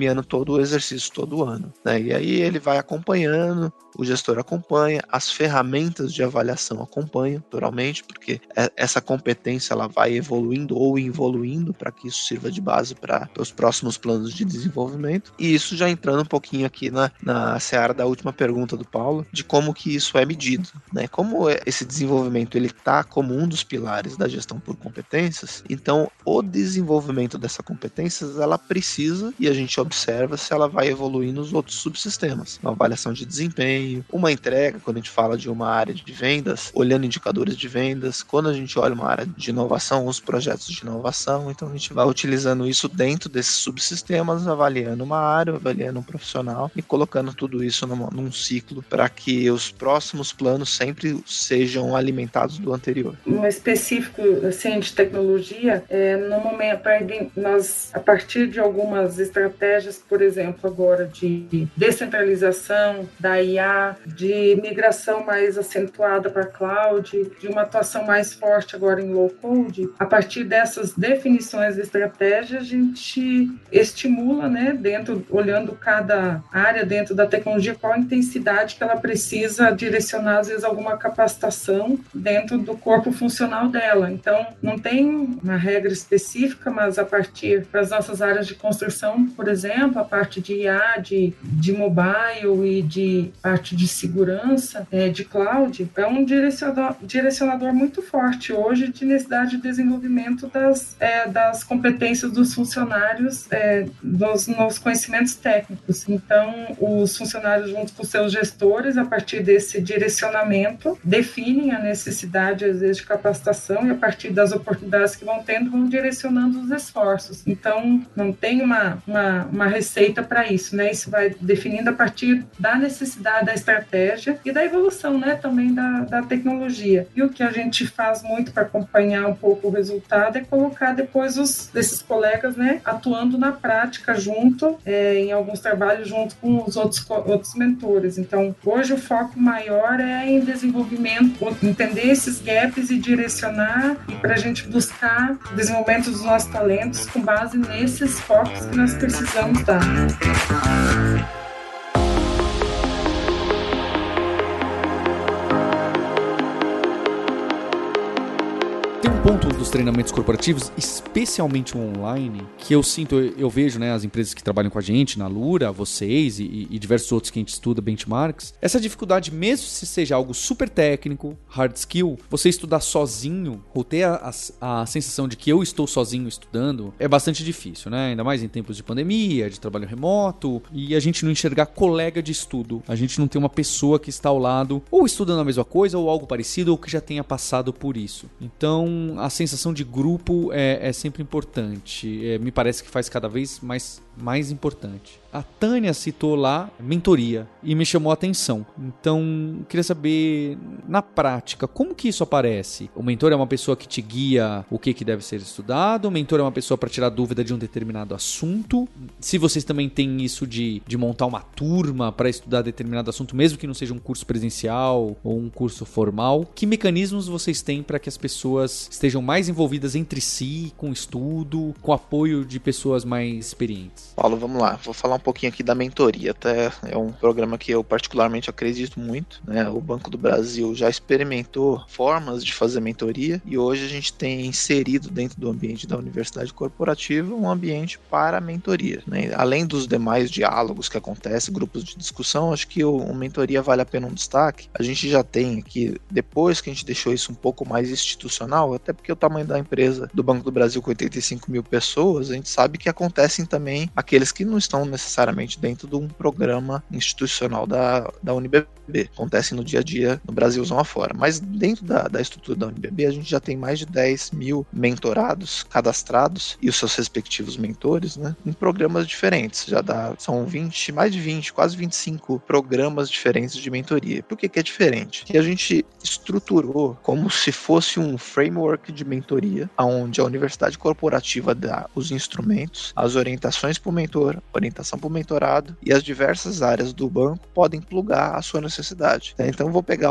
todo o exercício, todo o ano, né? E aí ele vai acompanhando, o gestor acompanha, as ferramentas de avaliação acompanham, naturalmente, porque essa competência ela vai evoluindo ou evoluindo para que isso sirva de base para os próximos planos de desenvolvimento. E isso já entrando um pouquinho aqui na, na seara da última pergunta do Paulo, de como que isso é medido, né? Como esse desenvolvimento ele está como um dos pilares da gestão por competências, então o desenvolvimento dessa competências ela precisa, e a gente observa se ela vai evoluir nos outros subsistemas, uma avaliação de desempenho, uma entrega, quando a gente fala de uma área de vendas, olhando indicadores de vendas, quando a gente olha uma área de inovação, os projetos de inovação, então a gente vai utilizando isso dentro desses subsistemas, avaliando uma área, avaliando um profissional e colocando tudo isso num, num ciclo para que os próximos planos sempre sejam alimentados do anterior. Um específico assim, de tecnologia, é, no momento, nós, a partir de algumas estratégias, por exemplo, agora de descentralização da I A, de migração mais acentuada para cloud, de uma atuação mais forte agora em low code, a partir dessas definições de estratégia, a gente estimula, né, dentro, olhando cada área dentro da tecnologia, qual a intensidade que ela precisa direcionar, às vezes, alguma capacitação dentro do corpo funcional dela. Então, não tem uma regra específica, mas a partir das nossas áreas de construção, por exemplo, a parte de I A, de, de mobile e de parte de segurança, é, de cloud, é um direcionador, direcionador muito forte hoje de necessidade de desenvolvimento das, é, das competências dos funcionários, é, dos, nos conhecimentos técnicos. Então, os funcionários, junto com seus gestores, a partir desse direcionamento, definem a necessidade, às vezes, de capacitação e, a partir das oportunidades que vão tendo, vão direcionando os esforços. Então, não tem uma, uma, uma receita para isso, né? Isso vai definindo a partir da necessidade da estratégia e da evolução, né? Também da, da tecnologia. E o que a gente faz muito para acompanhar um pouco o resultado é colocar depois os, desses colegas, né? Atuando na prática junto, é, em alguns trabalhos junto com os outros, outros mentores. Então, hoje o foco maior é em desenvolvimento, entender esses gaps e direcionar e para a gente buscar o desenvolvimento dos nossos talentos com base nesses focos que nós precisamos dar. Tem um ponto dos treinamentos corporativos, especialmente o online, que eu sinto, eu vejo, né, as empresas que trabalham com a gente, na Lura, vocês e, e diversos outros que a gente estuda, benchmarks, essa dificuldade, mesmo se seja algo super técnico, hard skill, você estudar sozinho, ou ter a, a, a sensação de que eu estou sozinho estudando, é bastante difícil, né? Ainda mais em tempos de pandemia, de trabalho remoto, e a gente não enxergar colega de estudo, a gente não tem uma pessoa que está ao lado, ou estudando a mesma coisa, ou algo parecido, ou que já tenha passado por isso. Então, a sensação de grupo é, é sempre importante. É, me parece que faz cada vez mais, mais importante. A Tânia citou lá mentoria e me chamou a atenção. Então, queria saber, na prática, como que isso aparece? O mentor é uma pessoa que te guia o que, que deve ser estudado? O mentor é uma pessoa para tirar dúvida de um determinado assunto? Se vocês também têm isso de, de montar uma turma para estudar determinado assunto, mesmo que não seja um curso presencial ou um curso formal, que mecanismos vocês têm para que as pessoas estejam mais envolvidas entre si, com estudo, com apoio de pessoas mais experientes? Paulo, vamos lá. Vou falar um pouquinho aqui da mentoria. Até é um programa que eu particularmente acredito muito, né? O Banco do Brasil já experimentou formas de fazer mentoria e hoje a gente tem inserido dentro do ambiente da universidade corporativa um ambiente para mentoria, né? Além dos demais diálogos que acontecem, grupos de discussão, acho que o, o mentoria vale a pena um destaque. A gente já tem aqui, depois que a gente deixou isso um pouco mais institucional, até porque o tamanho da empresa do Banco do Brasil com oitenta e cinco mil pessoas, a gente sabe que acontecem também aqueles que não estão necessariamente dentro de um programa institucional da, da U N B B. Acontecem no dia a dia no Brasilzão afora. Mas dentro da, da estrutura da U N B B, a gente já tem mais de dez mil mentorados cadastrados e os seus respectivos mentores, né, em programas diferentes. Já dá, são vinte, mais de vinte, quase vinte e cinco programas diferentes de mentoria. Por que que é diferente? Que a gente estruturou como se fosse um framework de mentoria, onde a universidade corporativa dá os instrumentos, as orientações para o mentor, orientação para o mentorado, e as diversas áreas do banco podem plugar a sua necessidade. Então, vou pegar um, um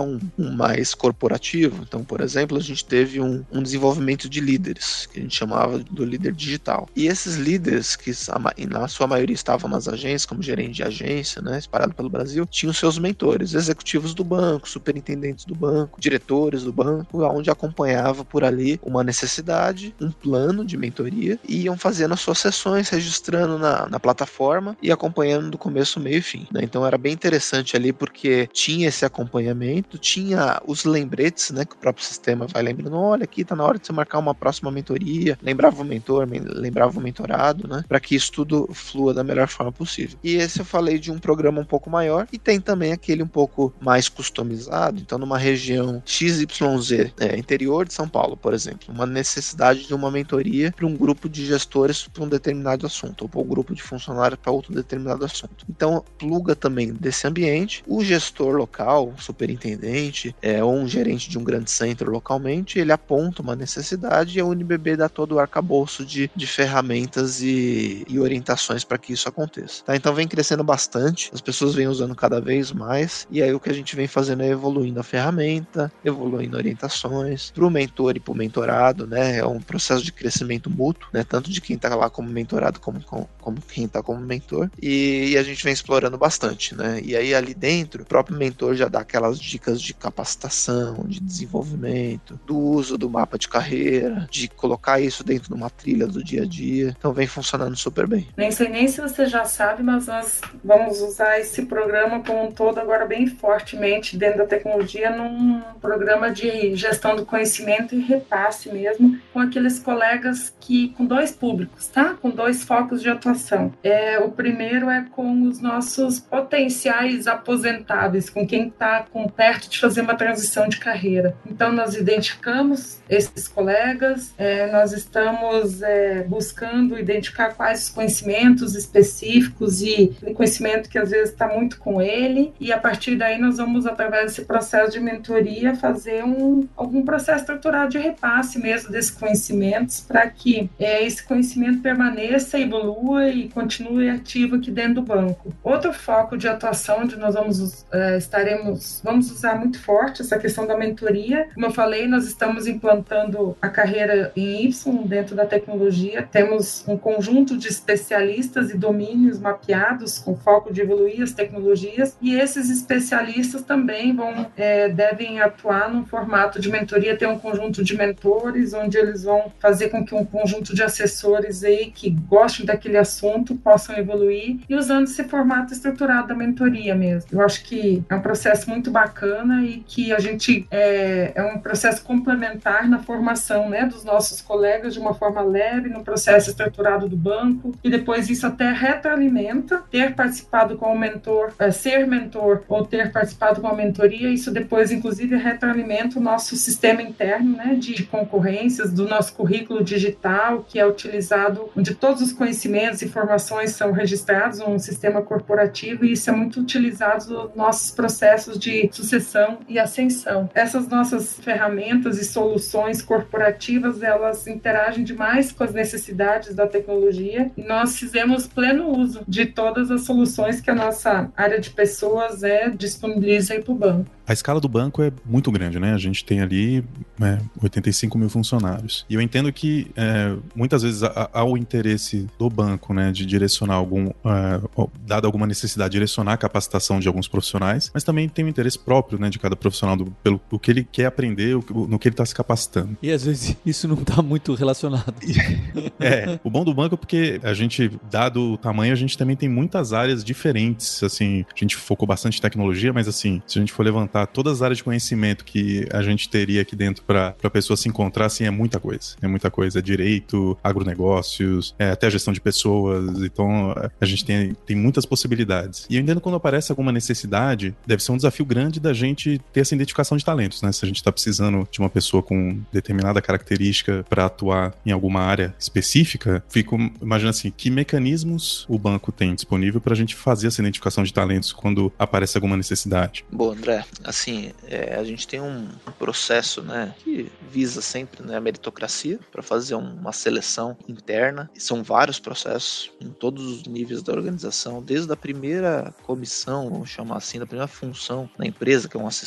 mais corporativo. Então, por exemplo, a gente teve um, um desenvolvimento de líderes, que a gente chamava do líder digital. E esses líderes, que na sua maioria estavam nas agências, como gerente de agência, né, espalhado pelo Brasil, tinham seus mentores, executivos do banco, superintendentes do banco, diretores do banco, onde acompanhava por ali uma necessidade, um plano de mentoria, e iam fazendo as suas sessões, registrando na, na plataforma e acompanhando do começo, meio e fim, né? Então era bem interessante ali, porque tinha esse acompanhamento, tinha os lembretes, né, que o próprio sistema vai lembrando, olha, aqui tá na hora de você marcar uma próxima mentoria, lembrava o mentor, lembrava o mentorado, né, para que isso tudo flua da melhor forma possível. E esse eu falei de um programa um pouco maior, e tem também aquele um pouco mais customizado, então numa região X Y Z, é, interior de São Paulo, por exemplo, uma necessidade de uma mentoria para um grupo de gestores para um determinado assunto, ou para um grupo de funcionários para outro determinado assunto. Então, pluga também desse ambiente, o gestor local, o superintendente, é, ou um gerente de um grande centro localmente, ele aponta uma necessidade e a U N B B dá todo o arcabouço de, de ferramentas e, e orientações para que isso aconteça. Tá? Então, vem crescendo bastante, as pessoas vêm usando cada vez mais, e aí o que a gente vem fazendo é evoluindo a ferramenta, evoluindo orientações para o mentor e para o mentorado, né? É um processo de crescimento mútuo, né? Tanto de quem está lá como mentorado como, como, como quem está como mentor, e, e a gente vem explorando bastante, né? E aí ali dentro, o próprio mentor já dá aquelas dicas de capacitação, de desenvolvimento, do uso do mapa de carreira, de colocar isso dentro de uma trilha do dia a dia. Então vem funcionando super bem. Nem sei nem se você já sabe, mas nós vamos usar esse programa como um todo agora bem fortemente dentro da tecnologia, num programa de gestão do conhecimento e repasse mesmo, com aqueles colegas que, com dois públicos, tá? Com dois focos de atuação. É, o primeiro é com os nossos potenciais aposentáveis, com quem está com perto de fazer uma transição de carreira. Então, nós identificamos esses colegas, é, nós estamos é, buscando identificar quais os conhecimentos específicos e o conhecimento que às vezes está muito com ele, e a partir daí nós vamos, através desse processo de mentoria, fazer um, algum processo estruturado de repasse mesmo desses conhecimentos, para que é, esse conhecimento permaneça, evolua e continue ativo aqui dentro do banco. Outro foco de atuação onde nós vamos, é, estaremos, vamos usar muito forte essa questão da mentoria. Como eu falei, nós estamos implantando a carreira em Y dentro da tecnologia, temos um conjunto de especialistas e domínios mapeados com foco de evoluir as tecnologias, e esses especialistas também vão, é, devem atuar num formato de mentoria, ter um conjunto de mentores, onde eles vão fazer com que um conjunto de assessores aí que gostem daquele assunto possam evoluir, e usando esse formato estruturado da mentoria mesmo. Eu acho que é um processo muito bacana e que a gente é, é um processo complementar na formação, né, dos nossos colegas de uma forma leve, no processo estruturado do banco, e depois isso até retroalimenta, ter participado com o mentor, é, ser mentor ou ter participado com a mentoria, isso depois inclusive retroalimenta o nosso sistema interno, né, de concorrências, do nosso currículo digital, que é utilizado, onde todos os conhecimentos e informações são registrados num sistema corporativo, e isso é muito utilizado nos nossos processos de sucessão e ascensão. Essas nossas ferramentas e soluções corporativas, elas interagem demais com as necessidades da tecnologia, e nós fizemos pleno uso de todas as soluções que a nossa área de pessoas é, disponibiliza aí para o banco. A escala do banco é muito grande, né? A gente tem ali é, oitenta e cinco mil funcionários. E eu entendo que é, muitas vezes há, há o interesse do banco, né, de direcionar algum, uh, dada alguma necessidade, direcionar a capacitação de alguns profissionais, mas também tem o interesse próprio, né, de cada profissional, do, pelo o que ele quer aprender, o, no que ele está se capacitando. E às vezes isso não está muito relacionado. É, o bom do banco é porque a gente, dado o tamanho, a gente também tem muitas áreas diferentes, assim, a gente focou bastante em tecnologia, mas assim, se a gente for levantar todas as áreas de conhecimento que a gente teria aqui dentro para a pessoa se encontrar, assim, é muita coisa. É muita coisa. É direito, agronegócios, é até a gestão de pessoas. Então, a gente tem, tem muitas possibilidades. E eu entendo que quando aparece alguma necessidade, deve ser um desafio grande da gente ter essa identificação de talentos, né? Se a gente está precisando de uma pessoa com determinada característica para atuar em alguma área específica, fico imaginando assim, que mecanismos o banco tem disponível para a gente fazer essa identificação de talentos quando aparece alguma necessidade? Bom, André, assim, é, a gente tem um processo, né, que visa sempre, né, a meritocracia para fazer uma seleção interna. E são vários processos em todos os níveis da organização, desde a primeira comissão, vamos chamar assim, da primeira função na empresa, que é um assistente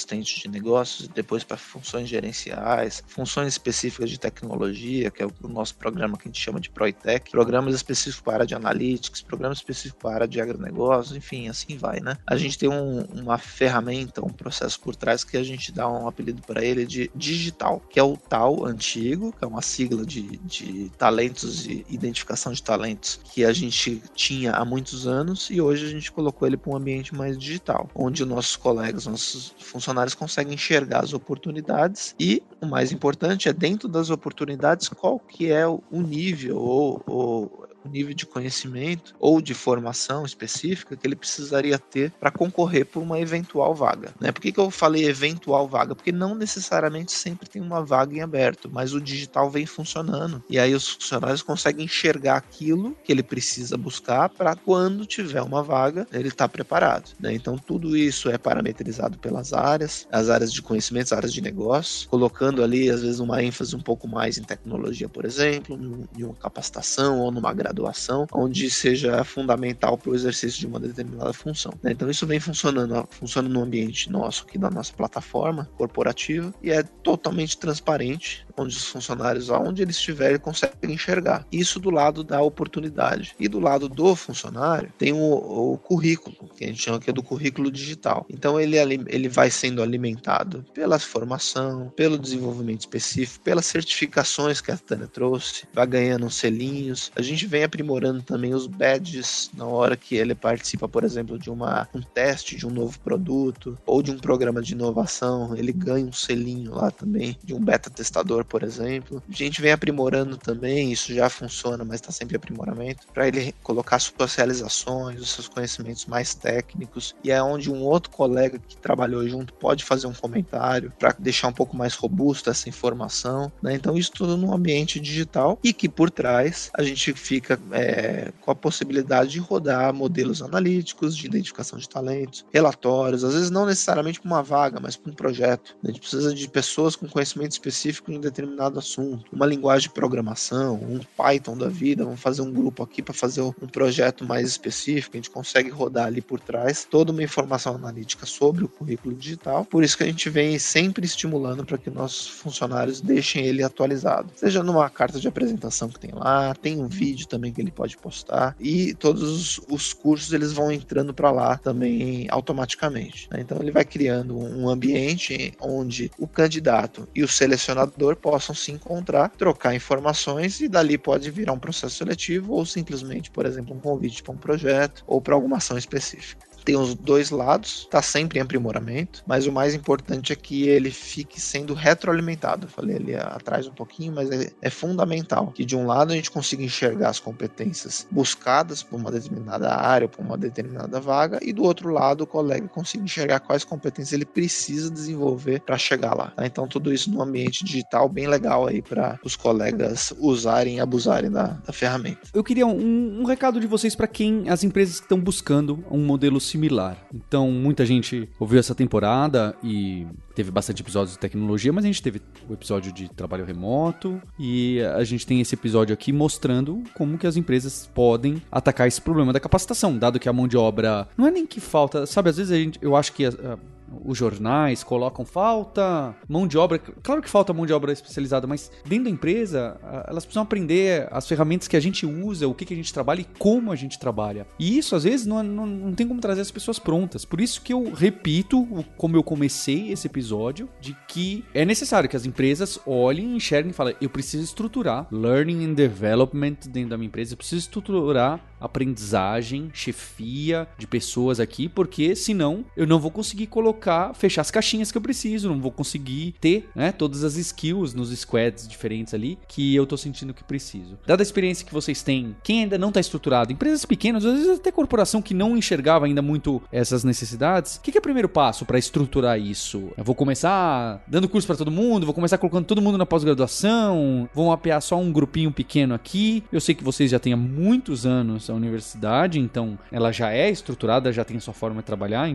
assistente de negócios, depois para funções gerenciais, funções específicas de tecnologia, que é o nosso programa que a gente chama de ProITech, programas específicos para a área de analytics, programas específicos para a área de agronegócios, enfim, assim vai, né? A gente tem um, uma ferramenta, um processo por trás que a gente dá um apelido para ele de digital, que é o T A L antigo, que é uma sigla de, de talentos e identificação de talentos que a gente tinha há muitos anos, e hoje a gente colocou ele para um ambiente mais digital, onde nossos colegas, nossos funcionários conseguem enxergar as oportunidades e, o mais importante, é dentro das oportunidades qual que é o nível ou, ou o nível de conhecimento ou de formação específica que ele precisaria ter para concorrer por uma eventual vaga, né? Por que que eu falei eventual vaga? Porque não necessariamente sempre tem uma vaga em aberto, mas o digital vem funcionando e aí os funcionários conseguem enxergar aquilo que ele precisa buscar para quando tiver uma vaga ele estar preparado, né? Então tudo isso é parametrizado pelas áreas, as áreas de conhecimento, as áreas de negócio, colocando ali às vezes uma ênfase um pouco mais em tecnologia, por exemplo, em uma capacitação ou numa graduação graduação, onde seja fundamental para o exercício de uma determinada função, né? Então isso vem funcionando, funciona no ambiente nosso aqui da nossa plataforma corporativa e é totalmente transparente, onde os funcionários, aonde eles estiverem, conseguem enxergar. Isso do lado da oportunidade. E do lado do funcionário, tem o, o currículo, que a gente chama aqui do currículo digital. Então ele, ele vai sendo alimentado pela formação, pelo desenvolvimento específico, pelas certificações que a Tânia trouxe, vai ganhando uns selinhos. A gente vem aprimorando também os badges na hora que ele participa, por exemplo, de uma, um teste de um novo produto ou de um programa de inovação, ele ganha um selinho lá também, de um beta testador, por exemplo. A gente vem aprimorando também, isso já funciona, mas está sempre em aprimoramento, para ele colocar suas realizações, os seus conhecimentos mais técnicos, e é onde um outro colega que trabalhou junto pode fazer um comentário para deixar um pouco mais robusta essa informação, né? Então isso tudo no ambiente digital e que por trás a gente fica é, com a possibilidade de rodar modelos analíticos, de identificação de talentos, relatórios, às vezes não necessariamente para uma vaga, mas para um projeto. A gente precisa de pessoas com conhecimento específico em determinado assunto, uma linguagem de programação, um Python da vida, vamos fazer um grupo aqui para fazer um projeto mais específico, a gente consegue rodar ali por trás toda uma informação analítica sobre o currículo digital, por isso que a gente vem sempre estimulando para que nossos funcionários deixem ele atualizado, seja numa carta de apresentação que tem lá, tem um vídeo também que ele pode postar, e todos os, os cursos eles vão entrando para lá também automaticamente, né? Então ele vai criando um ambiente onde o candidato e o selecionador possam se encontrar, trocar informações e dali pode virar um processo seletivo ou simplesmente, por exemplo, um convite para um projeto ou para alguma ação específica. Tem os dois lados, está sempre em aprimoramento, mas o mais importante é que ele fique sendo retroalimentado. Eu falei ali atrás um pouquinho, mas é, é fundamental que de um lado a gente consiga enxergar as competências buscadas por uma determinada área, por uma determinada vaga, e do outro lado o colega consiga enxergar quais competências ele precisa desenvolver para chegar lá, tá? Então tudo isso no ambiente digital bem legal aí para os colegas usarem e abusarem da, da ferramenta. Eu queria um, um recado de vocês para quem, as empresas que estão buscando um modelo similar. Então, muita gente ouviu essa temporada e teve bastante episódios de tecnologia, mas a gente teve o episódio de trabalho remoto e a gente tem esse episódio aqui mostrando como que as empresas podem atacar esse problema da capacitação, dado que a mão de obra não é nem que falta, sabe, às vezes a gente, eu acho que a, a, os jornais colocam falta mão de obra, claro que falta mão de obra especializada, mas dentro da empresa elas precisam aprender as ferramentas que a gente usa, o que, que a gente trabalha e como a gente trabalha, e isso às vezes não, não, não tem como trazer as pessoas prontas. Por isso que eu repito, como eu comecei esse episódio, de que é necessário que as empresas olhem, enxerguem e falem, eu preciso estruturar learning and development dentro da minha empresa, eu preciso estruturar aprendizagem, chefia de pessoas aqui, porque senão eu não vou conseguir colocar, fechar as caixinhas que eu preciso, não vou conseguir ter, né, todas as skills nos squads diferentes ali que eu tô sentindo que preciso. Dada a experiência que vocês têm, quem ainda não tá estruturado, empresas pequenas, às vezes até corporação que não enxergava ainda muito essas necessidades, o que, que é o primeiro passo para estruturar isso? Eu vou começar dando curso para todo mundo, vou começar colocando todo mundo na pós-graduação, vou mapear só um grupinho pequeno aqui. Eu sei que vocês já têm há muitos anos a universidade, então ela já é estruturada, já tem a sua forma de trabalhar, então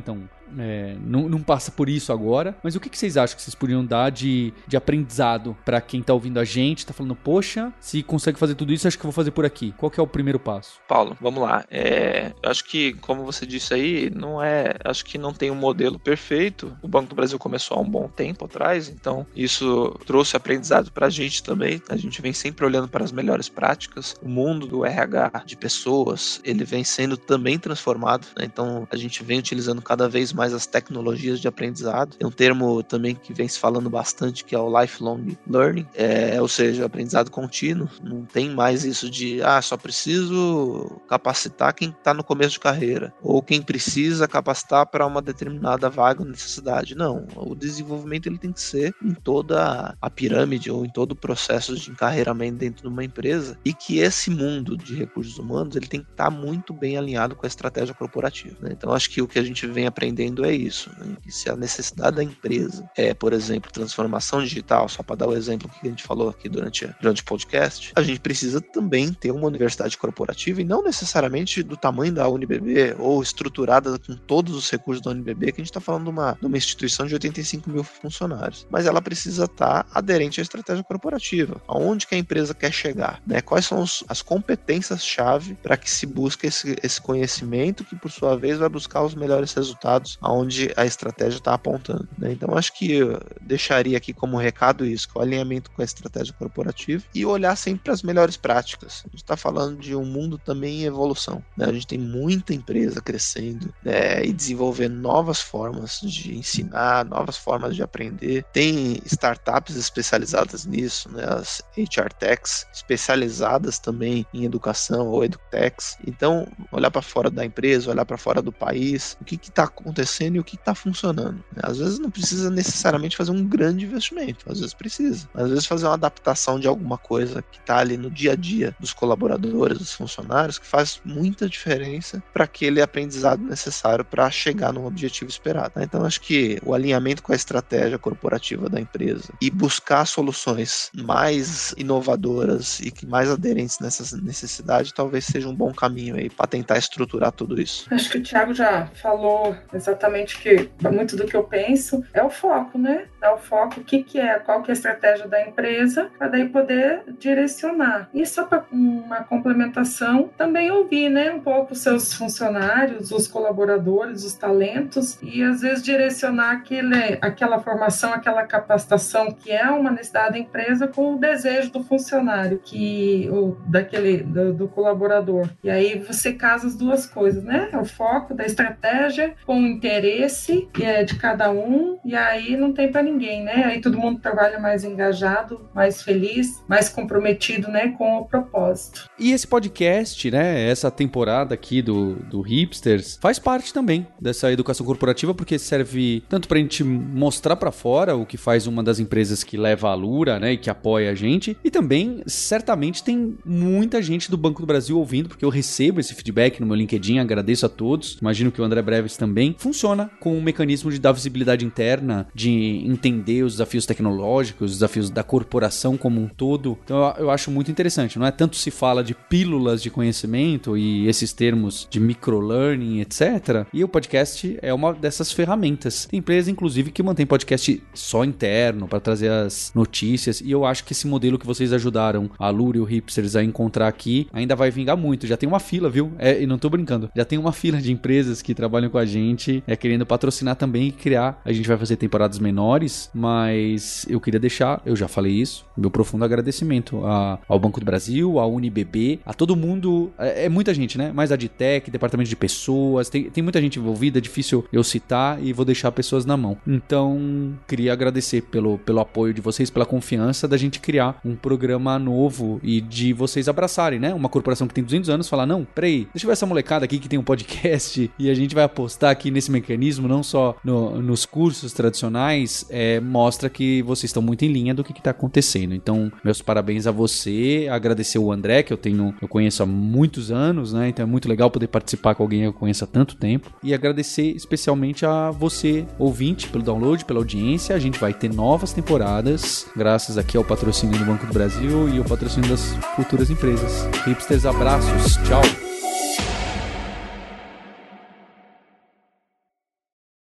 é, não, não passa por isso agora, mas o que, que vocês acham que vocês poderiam dar de, de aprendizado para quem tá ouvindo a gente, tá falando, poxa, se consegue fazer tudo isso, acho que eu vou fazer por aqui. Qual que é o primeiro passo? Paulo, vamos lá. É, eu acho que, como você disse aí, não é, acho que não tem um modelo perfeito. O Banco do Brasil começou há um bom tempo atrás, então isso trouxe aprendizado pra gente também. A gente vem sempre olhando para as melhores práticas. O mundo do R H, de pessoas, ele vem sendo também transformado, né? Então a gente vem utilizando cada vez mais as tecnologias de aprendizado. Tem um termo também que vem se falando bastante, que é o lifelong learning, é, ou seja, aprendizado contínuo. Não tem mais isso de, ah, só preciso capacitar quem está no começo de carreira, ou quem precisa capacitar para uma determinada vaga ou necessidade. Não, o desenvolvimento ele tem que ser em toda a pirâmide ou em todo o processo de encarreiramento dentro de uma empresa, e que esse mundo de recursos humanos ele tem que estar muito bem alinhado com a estratégia corporativa, né? Então acho que o que a gente vem aprendendo é isso, né? Que se a necessidade da empresa é, por exemplo, transformação digital, só para dar o exemplo que a gente falou aqui durante, durante o podcast, a gente precisa também ter uma universidade corporativa, e não necessariamente do tamanho da U N B B ou estruturada com todos os recursos da U N B B, que a gente está falando de uma, de uma instituição de oitenta e cinco mil funcionários, mas ela precisa estar aderente à estratégia corporativa. Aonde que a empresa quer chegar, né? Quais são os, as competências-chave para que se busque esse, esse conhecimento, que por sua vez vai buscar os melhores resultados aonde a estratégia está apontando, né? Então acho que eu deixaria aqui como recado isso, que é o alinhamento com a estratégia corporativa e olhar sempre para as melhores práticas. A gente está falando de um mundo também em evolução, né? A gente tem muita empresa crescendo, né, e desenvolvendo novas formas de ensinar, novas formas de aprender. Tem startups especializadas nisso, né, as H R Techs especializadas também em educação ou edutechs. Então, olhar para fora da empresa, olhar para fora do país, o que está acontecendo e o que está funcionando. Às vezes não precisa necessariamente fazer um grande investimento, às vezes precisa. Às vezes fazer uma adaptação de alguma coisa que está ali no dia a dia dos colaboradores, dos funcionários, que faz muita diferença para aquele aprendizado necessário para chegar no objetivo esperado. Então, acho que o alinhamento com a estratégia corporativa da empresa e buscar soluções mais inovadoras e que mais aderentes nessa necessidade talvez seja um bom caminho aí para tentar estruturar tudo isso. Acho que o Thiago já falou exatamente que muito do que eu penso é o foco, né? É o foco, o que, que é, qual que é a estratégia da empresa, para daí poder direcionar. E só para uma complementação, também ouvir, né, um pouco os seus funcionários, os colaboradores, os talentos, e às vezes direcionar aquele, aquela formação, aquela capacitação que é uma necessidade da empresa com o desejo do funcionário, que, ou daquele, do, do colaborador. E aí você casa as duas coisas, né? O foco da estratégia com o interesse é, de cada um, e aí não tem para ninguém, né? Aí todo mundo trabalha mais engajado, mais feliz, mais comprometido, né, com o propósito. E esse podcast, né, essa temporada aqui do, do Hipsters, faz parte também dessa educação corporativa, porque serve tanto pra gente mostrar pra fora o que faz uma das empresas que leva a Lura, né, e que apoia a gente, e também, certamente, tem muita gente do Banco do Brasil ouvindo, porque eu recebo esse feedback no meu LinkedIn, agradeço a todos, imagino que o André Breves também. Funciona com um mecanismo de dar visibilidade interna, de entender os desafios tecnológicos, os desafios da corporação como um todo. Então eu, eu acho muito interessante, não é tanto se fala de pílulas de conhecimento e esses termos de microlearning, etcétera. E o podcast é uma dessas ferramentas. Tem empresa, inclusive, que mantém podcast só interno para trazer as notícias, e eu acho que esse modelo que vocês ajudaram a Lura e o Hipsters a encontrar aqui ainda vai vingar muito. Já tem uma fila, viu? É, e não tô brincando. Já tem uma fila de empresas que trabalham com a gente, é, querendo patrocinar também e criar. A gente vai fazer temporadas menores, mas eu queria deixar, eu já falei isso, meu profundo agradecimento a, ao Banco do Brasil, à U N B B, a todo mundo. É, é muita gente, né? Mais a Adtech, departamento de pessoas, tem, tem muita gente envolvida, é difícil eu citar e vou deixar pessoas na mão. Então, queria agradecer pelo, pelo apoio de vocês, pela confiança da gente criar um programa novo e de vocês abraçarem, né? Uma corporação que tem duzentos anos falar, não, peraí, deixa eu ver essa molecada aqui que tem um podcast e a gente vai apostar aqui nesse mecanismo, não só no, nos cursos tradicionais, é, mostra que vocês estão muito em linha do que está acontecendo. Então, meus parabéns a você, agradecer o André, que eu tenho, eu conheço há muitos anos, né? Então é muito legal poder participar com alguém que eu conheço há tanto tempo. E agradecer especialmente a você, ouvinte, pelo download, pela audiência. A gente vai ter novas temporadas, graças aqui ao patrocínio do Banco do Brasil e ao patrocínio das futuras empresas. Hipsters, abraços, tchau!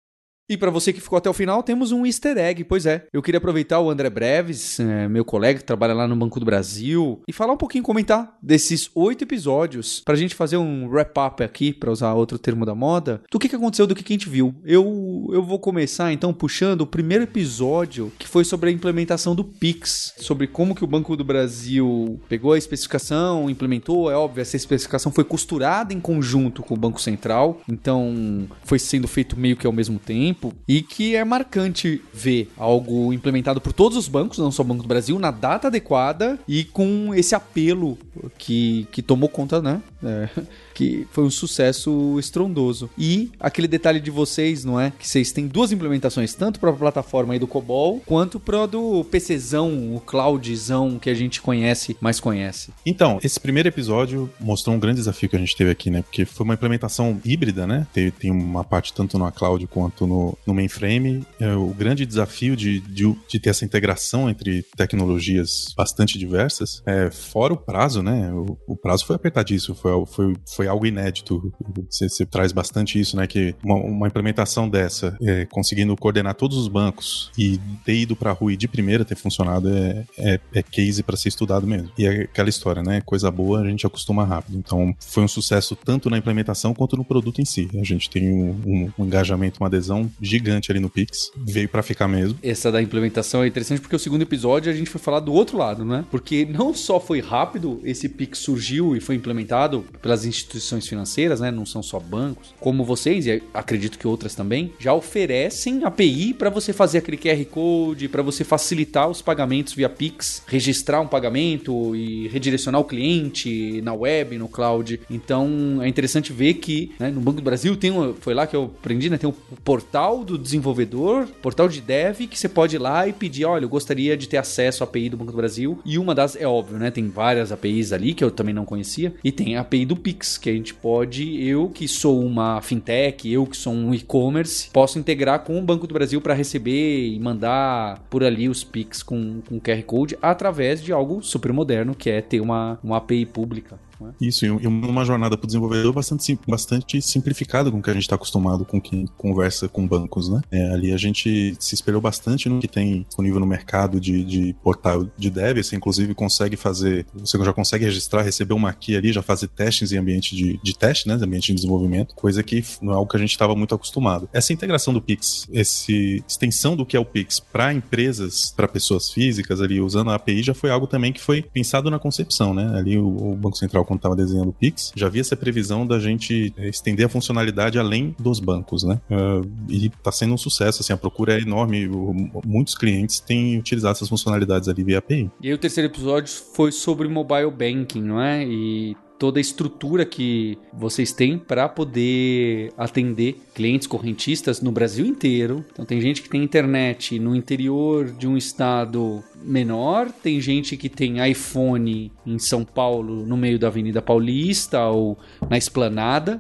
E para você que ficou até o final, temos um easter egg, pois é. Eu queria aproveitar o André Breves, é, meu colega que trabalha lá no Banco do Brasil, e falar um pouquinho, comentar desses oito episódios, pra gente fazer um wrap-up aqui, pra usar outro termo da moda, do que, que aconteceu, do que, que a gente viu. Eu, eu vou começar, então, puxando o primeiro episódio, que foi sobre a implementação do Pix, sobre como que o Banco do Brasil pegou a especificação, implementou, é óbvio, essa especificação foi costurada em conjunto com o Banco Central, então foi sendo feito meio que ao mesmo tempo, e que é marcante ver algo implementado por todos os bancos, não só o Banco do Brasil, na data adequada e com esse apelo que, que tomou conta, né? É, que foi um sucesso estrondoso. E aquele detalhe de vocês, não é? Que vocês têm duas implementações, tanto para a plataforma aí do COBOL, quanto para o do PCzão, o Cloudzão que a gente conhece, mais conhece. Então, esse primeiro episódio mostrou um grande desafio que a gente teve aqui, né? Porque foi uma implementação híbrida, né? Tem, tem uma parte tanto na cloud quanto no, no mainframe. É, o grande desafio de, de, de ter essa integração entre tecnologias bastante diversas, é, fora o prazo, né? O, o prazo foi apertadíssimo, foi, foi, foi algo inédito. Você, você traz bastante isso, né? Que uma, uma implementação dessa, é, conseguindo coordenar todos os bancos e ter ido pra rua e de primeira ter funcionado, é, é, é case para ser estudado mesmo. E é aquela história, né? Coisa boa a gente acostuma rápido. Então, foi um sucesso tanto na implementação quanto no produto em si. A gente tem um, um, um engajamento, uma adesão gigante ali no Pix. Veio pra ficar mesmo. Essa da implementação é interessante porque o segundo episódio a gente foi falar do outro lado, né? Porque não só foi rápido, esse Pix surgiu e foi implementado pelas instituições financeiras, né? Não são só bancos. Como vocês, e acredito que outras também, já oferecem A P I para você fazer aquele Q R Code, para você facilitar os pagamentos via Pix, registrar um pagamento e redirecionar o cliente na web, no cloud. Então, é interessante ver que, né, no Banco do Brasil tem um, foi lá que eu aprendi, né? Tem um portal do desenvolvedor, portal de dev, que você pode ir lá e pedir, olha, eu gostaria de ter acesso à A P I do Banco do Brasil. E uma das, é óbvio, né? Tem várias A P Is ali que eu também não conhecia. E tem a API do Pix, que a gente pode, eu que sou uma fintech, eu que sou um e-commerce, posso integrar com o Banco do Brasil para receber e mandar por ali os Pix com, com Q R Code através de algo super moderno, que é ter uma, uma A P I pública. Isso, e uma jornada para o desenvolvedor bastante, bastante simplificada com o que a gente está acostumado com quem conversa com bancos, né? É, ali a gente se espelhou bastante no que tem disponível no mercado de, de portal de dev. Você inclusive consegue fazer, você já consegue registrar, receber uma key ali, já fazer testes em ambiente de, de teste, né? Ambiente de desenvolvimento, coisa que não é algo que a gente estava muito acostumado. Essa integração do Pix, essa extensão do que é o Pix para empresas, para pessoas físicas ali, usando a A P I, já foi algo também que foi pensado na concepção, né? Ali o, o Banco Central, quando estava desenhando o Pix, já havia essa previsão da gente estender a funcionalidade além dos bancos, né? Uh, e está sendo um sucesso, assim, a procura é enorme, o, muitos clientes têm utilizado essas funcionalidades ali via A P I. E aí o terceiro episódio foi sobre mobile banking, não é? E toda a estrutura que vocês têm para poder atender clientes correntistas no Brasil inteiro. Então tem gente que tem internet no interior de um estado menor, tem gente que tem iPhone em São Paulo, no meio da Avenida Paulista ou na Esplanada,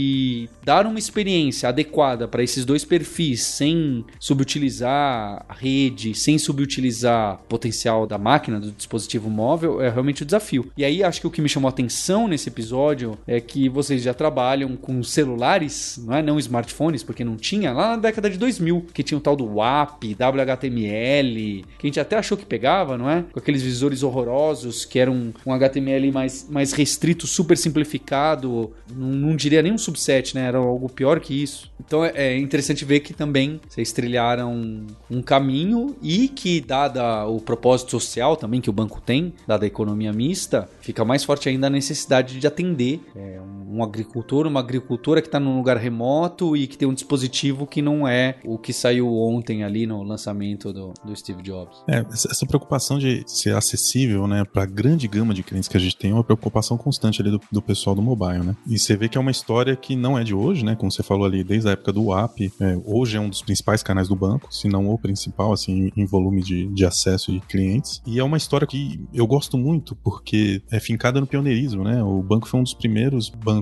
e dar uma experiência adequada para esses dois perfis sem subutilizar a rede, sem subutilizar o potencial da máquina, do dispositivo móvel, é realmente o desafio. E aí acho que o que me chamou a atenção nesse episódio é que vocês já trabalham com celulares, não é? Não smartphones, porque não tinha, lá na década de dois mil, que tinha o tal do W A P, W H T M L, que a gente até achou que pegava, não é? Com aqueles visores horrorosos, que era um, um H T M L mais, mais restrito, super simplificado, não, não diria nem um subset, né? Era algo pior que isso. Então é, é interessante ver que também vocês trilharam um caminho e que, dada o propósito social também que o banco tem, dada a economia mista, fica mais forte ainda a necessidade de atender é, um agricultor, uma agricultora que está num lugar remoto e que tem um dispositivo que não é o que saiu ontem ali no lançamento do, do Steve Jobs. É, essa preocupação de ser acessível, né, para a grande gama de clientes que a gente tem é uma preocupação constante ali do, do pessoal do mobile, né? E você vê que é uma história que não é de hoje, né? Como você falou ali, desde a época do W A P, é, hoje é um dos principais canais do banco, se não o principal, assim, em volume de, de acesso de clientes. E é uma história que eu gosto muito porque é fincada no pioneirismo, né? O banco foi um dos primeiros bancos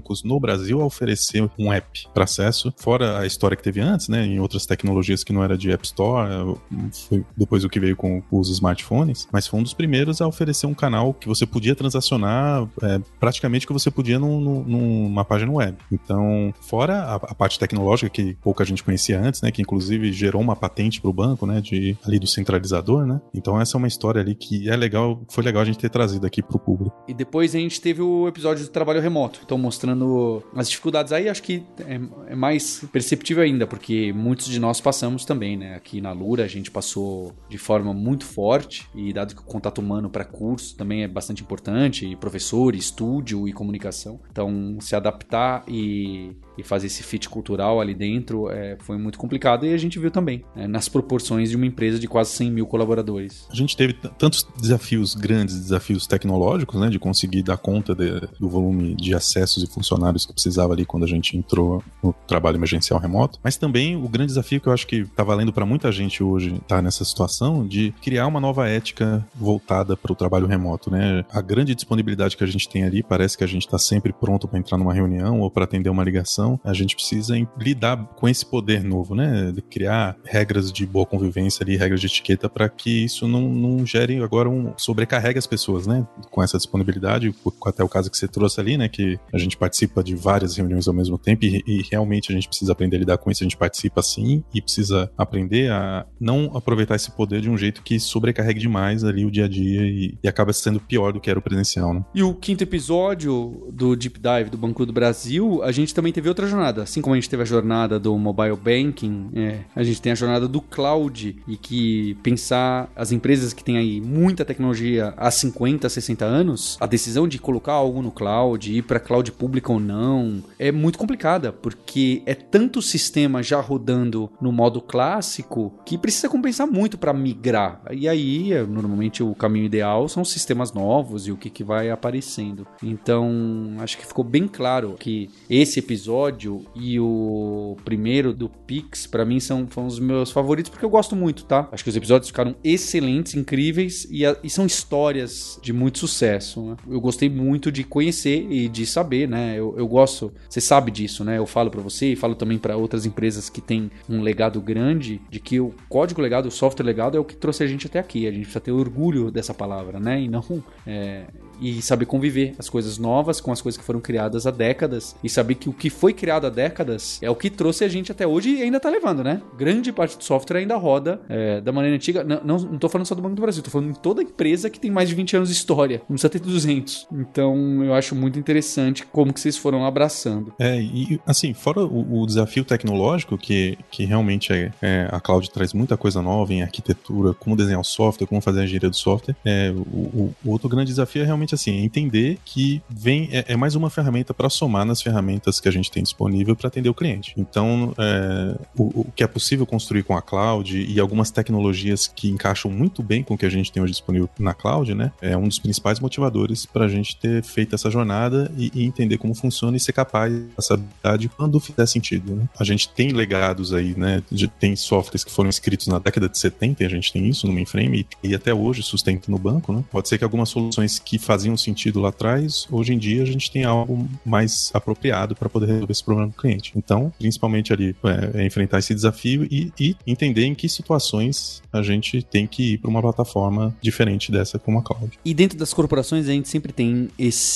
bancos no Brasil a oferecer um app para acesso, fora a história que teve antes, né, em outras tecnologias que não era de App Store, foi depois o que veio com os smartphones, mas foi um dos primeiros a oferecer um canal que você podia transacionar é, praticamente que você podia num, num, numa página web. Então, fora a, a parte tecnológica que pouca gente conhecia antes, né, que inclusive gerou uma patente para o banco, né, de, ali do centralizador, né, então essa é uma história ali que é legal, foi legal a gente ter trazido aqui para o público. E depois a gente teve o episódio do trabalho remoto, então mostrando as dificuldades aí, acho que é, é mais perceptível ainda, porque muitos de nós passamos também, né, aqui na Lura a gente passou de forma muito forte, e dado que o contato humano para curso também é bastante importante, e professor, e estúdio e comunicação, então se adaptar e, e fazer esse fit cultural ali dentro é, foi muito complicado, e a gente viu também, né, nas proporções de uma empresa de quase cem mil colaboradores. A gente teve t- tantos desafios grandes, desafios tecnológicos, né, de conseguir dar conta de, do volume de acessos e funcionários que precisava ali quando a gente entrou no trabalho emergencial remoto, mas também o grande desafio que eu acho que está valendo para muita gente hoje estar tá nessa situação de criar uma nova ética voltada para o trabalho remoto, né? A grande disponibilidade que a gente tem ali, parece que a gente está sempre pronto para entrar numa reunião ou para atender uma ligação, a gente precisa lidar com esse poder novo, né? De criar regras de boa convivência ali, regras de etiqueta para que isso não, não gere agora um sobrecarregue as pessoas, né? Com essa disponibilidade, até o caso que você trouxe ali, né? Que a gente participa de várias reuniões ao mesmo tempo e, e realmente a gente precisa aprender a lidar com isso, a gente participa sim e precisa aprender a não aproveitar esse poder de um jeito que sobrecarregue demais ali o dia a dia e, e acaba sendo pior do que era o presencial, né? E o quinto episódio do Deep Dive do Banco do Brasil, a gente também teve outra jornada, assim como a gente teve a jornada do Mobile Banking, é, a gente tem a jornada do Cloud, e que pensar as empresas que têm aí muita tecnologia há cinquenta, sessenta anos, a decisão de colocar algo no cloud, ir para cloud pública ou não, é muito complicada, porque é tanto sistema já rodando no modo clássico que precisa compensar muito para migrar. E aí, normalmente o caminho ideal são sistemas novos e o que, que vai aparecendo. Então, acho que ficou bem claro que esse episódio e o primeiro do Pix, para mim, são, são os meus favoritos, porque eu gosto muito, tá? Acho que os episódios ficaram excelentes, incríveis, e, a, e são histórias de muito sucesso, né? Eu gostei muito de conhecer e de saber, né? Eu, eu gosto, você sabe disso, né? Eu falo para você e falo também para outras empresas que têm um legado grande, de que o código legado, o software legado é o que trouxe a gente até aqui. A gente precisa ter orgulho dessa palavra, né? E não... É, e saber conviver as coisas novas com as coisas que foram criadas há décadas, e saber que o que foi criado há décadas é o que trouxe a gente até hoje e ainda tá levando, né? Grande parte do software ainda roda é, da maneira antiga. Não, não, não tô falando só do Banco do Brasil, tô falando em toda empresa que tem mais de vinte anos de história. Não precisa ter duzentos. Então, eu acho muito interessante como que vocês foram abraçando. É, e assim, fora o, o desafio tecnológico, que, que realmente é, é, a cloud traz muita coisa nova em arquitetura, como desenhar o software, como fazer a engenharia do software, é, o, o, o outro grande desafio é realmente assim, entender que vem, é, é mais uma ferramenta para somar nas ferramentas que a gente tem disponível para atender o cliente. Então, é, o, o que é possível construir com a cloud e algumas tecnologias que encaixam muito bem com o que a gente tem hoje disponível na cloud, né, é um dos principais motivadores para a gente ter feito essa jornada e, e entender como funciona e ser capaz dessa habilidade quando fizer sentido, né? A gente tem legados aí, né, de, tem softwares que foram escritos na década de setenta, e a gente tem isso no mainframe e, e até hoje sustenta no banco, né? Pode ser que algumas soluções que faziam sentido lá atrás, hoje em dia a gente tem algo mais apropriado para poder resolver esse problema do cliente. Então, principalmente ali, é, é enfrentar esse desafio e, e entender em que situações a gente tem que ir para uma plataforma diferente dessa como a cloud. E dentro das corporações a gente sempre tem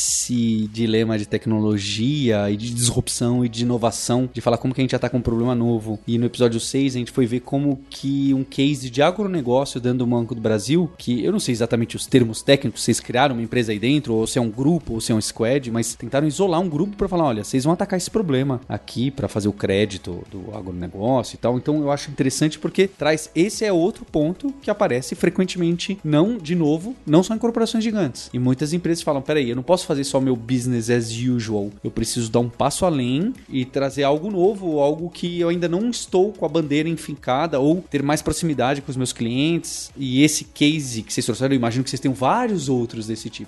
esse dilema de tecnologia e de disrupção e de inovação, de falar como que a gente já tá com um problema novo. E no episódio seis a gente foi ver como que um case de agronegócio dentro do Banco do Brasil, que eu não sei exatamente os termos técnicos, vocês criaram uma empresa aí dentro, ou se é um grupo, ou se é um squad, mas tentaram isolar um grupo para falar, olha, vocês vão atacar esse problema aqui para fazer o crédito do agronegócio e tal. Então eu acho interessante porque traz, esse é outro ponto que aparece frequentemente, não, de novo, não só em corporações gigantes. E muitas empresas falam, peraí, eu não posso fazer só meu business as usual, eu preciso dar um passo além e trazer algo novo, algo que eu ainda não estou com a bandeira enfincada, ou ter mais proximidade com os meus clientes. E esse case que vocês trouxeram, eu imagino que vocês tenham vários outros desse tipo.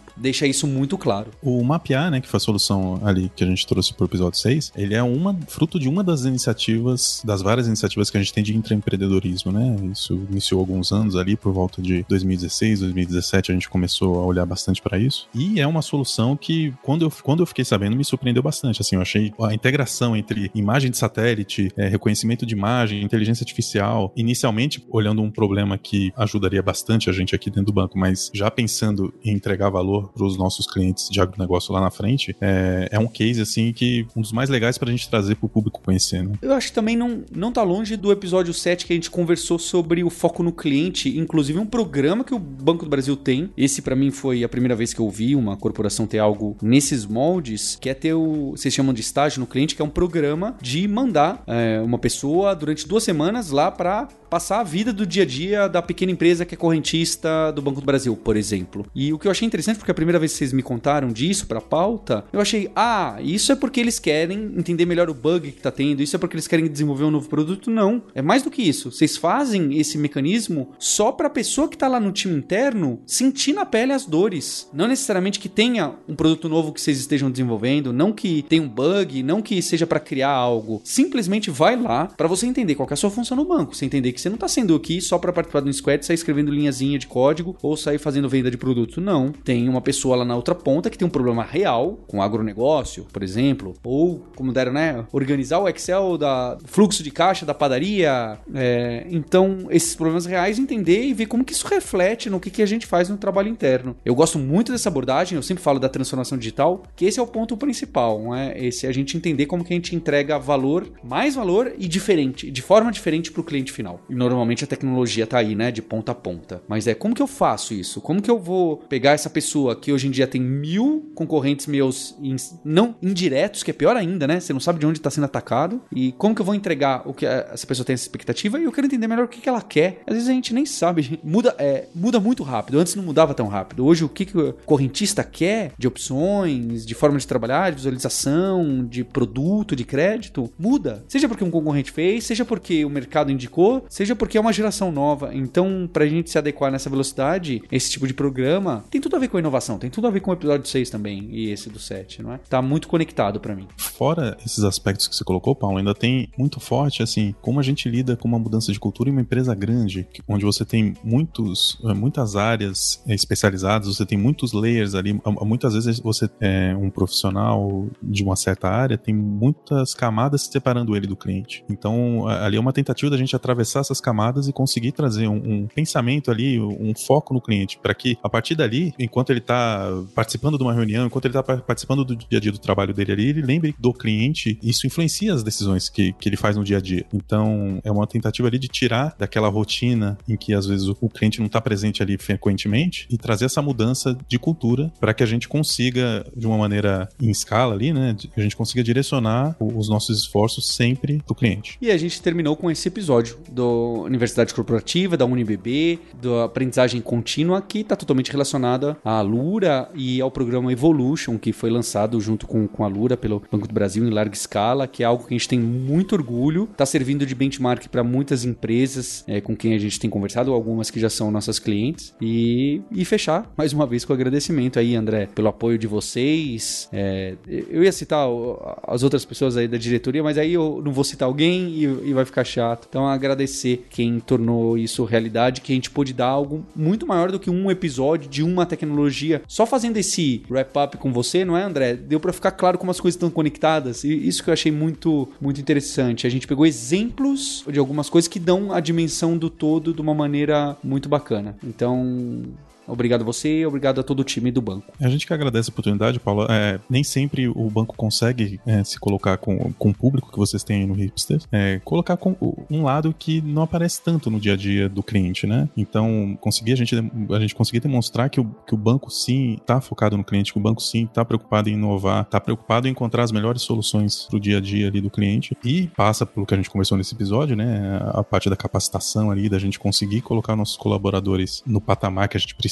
deixa isso muito claro. O Mapear, né, que foi a solução ali que a gente trouxe pro episódio seis, ele é uma, fruto de uma das iniciativas, das várias iniciativas que a gente tem de intraempreendedorismo, né? Isso iniciou há alguns anos ali, por volta de dois mil e dezesseis, dois mil e dezessete, a gente começou a olhar bastante para isso. E é uma solução que, quando eu, quando eu fiquei sabendo, me surpreendeu bastante. Assim, eu achei a integração entre imagem de satélite, é, reconhecimento de imagem, inteligência artificial, inicialmente olhando um problema que ajudaria bastante a gente aqui dentro do banco, mas já pensando em entregar valor para os nossos clientes de agronegócio lá na frente, é, é um case, assim, que um dos mais legais pra gente trazer pro público conhecer, né? Eu acho que também não, não tá longe do episódio sete que a gente conversou sobre o foco no cliente, inclusive um programa que o Banco do Brasil tem. Esse pra mim foi a primeira vez que eu vi uma corporação ter algo nesses moldes, que é ter o, vocês chamam de estágio no cliente, que é um programa de mandar é, uma pessoa durante duas semanas lá pra passar a vida do dia a dia da pequena empresa que é correntista do Banco do Brasil, por exemplo. E o que eu achei interessante, porque a primeira vez que vocês me contaram disso pra pauta, eu achei, ah, isso é porque eles querem entender melhor o bug que tá tendo, isso é porque eles querem desenvolver um novo produto. Não, é mais do que isso. Vocês fazem esse mecanismo só pra pessoa que tá lá no time interno sentir na pele as dores. Não necessariamente que tenha um produto novo que vocês estejam desenvolvendo, não que tenha um bug, não que seja pra criar algo. Simplesmente vai lá pra você entender qual que é a sua função no banco, você entender que você não tá sendo aqui só pra participar do squad, sair escrevendo linhazinha de código ou sair fazendo venda de produto. Não. Tem uma pessoa lá na outra ponta que tem um problema real com agronegócio, por exemplo, ou, como deram, né, organizar o Excel da fluxo de caixa da padaria. É, então, esses problemas reais, entender e ver como que isso reflete no que, que a gente faz no trabalho interno. Eu gosto muito dessa abordagem, eu sempre falo da transformação digital, que esse é o ponto principal, não é? Esse é a gente entender como que a gente entrega valor, mais valor e diferente, de forma diferente para o cliente final. E normalmente a tecnologia tá aí, né, de ponta a ponta. Mas é, como que eu faço isso? Como que eu vou pegar essa pessoa que hoje em dia tem mil concorrentes meus in, não indiretos, que é pior ainda, né? Você não sabe de onde está sendo atacado. E como que eu vou entregar o que essa pessoa tem essa expectativa? E eu quero entender melhor o que, que ela quer. Às vezes a gente nem sabe. Muda, é, muda muito rápido. Antes não mudava tão rápido. Hoje o que, que o correntista quer de opções, de forma de trabalhar, de visualização, de produto, de crédito, muda. Seja porque um concorrente fez, seja porque o mercado indicou, seja porque é uma geração nova. Então, pra gente se adequar nessa velocidade, esse tipo de programa tem tudo a ver com a inovação, tem tudo a ver com o episódio seis também, e esse do sete, não é? Tá muito conectado pra mim. Fora esses aspectos que você colocou, Paulo, ainda tem muito forte, assim, como a gente lida com uma mudança de cultura em uma empresa grande, onde você tem muitos, muitas áreas especializadas, você tem muitos layers ali, muitas vezes você é um profissional de uma certa área, tem muitas camadas separando ele do cliente. Então, ali é uma tentativa da gente atravessar essas camadas e conseguir trazer um, um pensamento ali, um foco no cliente, para que a partir dali, enquanto ele está participando de uma reunião, enquanto ele está participando do dia a dia do trabalho dele ali, ele lembre do cliente, isso influencia as decisões que, que ele faz no dia a dia. Então, é uma tentativa ali de tirar daquela rotina em que às vezes o, o cliente não está presente ali frequentemente e trazer essa mudança de cultura para que a gente consiga, de uma maneira em escala ali, né, a gente consiga direcionar os nossos esforços sempre para o cliente. E a gente terminou com esse episódio do Universidade Corporativa, da U N B B, da aprendizagem contínua, que está totalmente relacionada à Lura e ao programa Evolution, que foi lançado junto com, com a Lura pelo Banco do Brasil em larga escala, que é algo que a gente tem muito orgulho, está servindo de benchmark para muitas empresas é, com quem a gente tem conversado, algumas que já são nossas clientes, e, e fechar mais uma vez com agradecimento aí, André, pelo apoio de vocês. É, eu ia citar as outras pessoas aí da diretoria, mas aí eu não vou citar alguém e, e vai ficar chato. Então, agradecer quem tornou isso realidade, que a gente pôde dar algo muito maior do que um episódio de uma tecnologia. Só fazendo esse wrap-up com você, não é, André? Deu pra ficar claro como as coisas estão conectadas. E isso que eu achei muito, muito interessante. A gente pegou exemplos de algumas coisas que dão a dimensão do todo de uma maneira muito bacana. Então, obrigado a você, obrigado a todo o time do banco. A gente que agradece a oportunidade, Paulo. É, nem sempre o banco consegue é, se colocar com, com o público que vocês têm no Hipster, é, colocar com um lado que não aparece tanto no dia a dia do cliente, né? Então, conseguir a gente, a gente conseguir demonstrar que o, que o banco sim está focado no cliente, que o banco sim está preocupado em inovar, está preocupado em encontrar as melhores soluções para o dia a dia ali do cliente, e passa pelo que a gente conversou nesse episódio, né? A parte da capacitação ali, da gente conseguir colocar nossos colaboradores no patamar que a gente precisa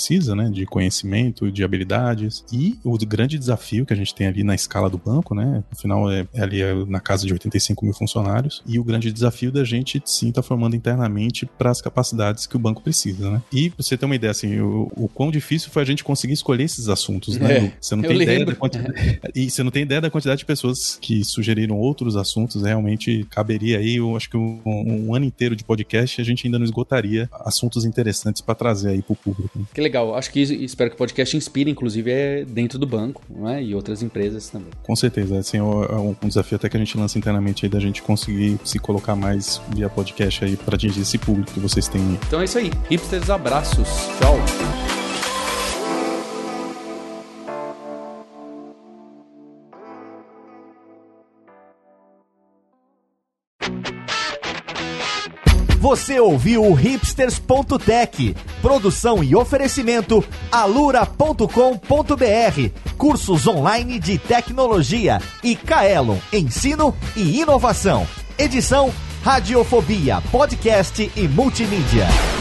precisa, né, de conhecimento, de habilidades, e o grande desafio que a gente tem ali na escala do banco, né, afinal é, é ali na casa de oitenta e cinco mil funcionários, e o grande desafio da gente sim tá formando internamente para as capacidades que o banco precisa, né. E pra você ter uma ideia, assim, o, o quão difícil foi a gente conseguir escolher esses assuntos, né, é, você não tem ideia da quantidade, e você não tem ideia da quantidade de pessoas que sugeriram outros assuntos, realmente caberia aí, eu acho que um, um ano inteiro de podcast a gente ainda não esgotaria assuntos interessantes para trazer aí pro público. Que legal, acho que espero que o podcast inspire, inclusive, é dentro do banco, não é? E outras empresas também. Com certeza, assim, é um desafio até que a gente lança internamente aí da gente conseguir se colocar mais via podcast aí para atingir esse público que vocês têm. Então é isso aí, hipsters, abraços, tchau! Você ouviu o hipsters ponto tech, produção e oferecimento alura ponto com ponto br, cursos online de tecnologia e Kaelon, ensino e inovação. Edição Radiofobia, podcast e multimídia.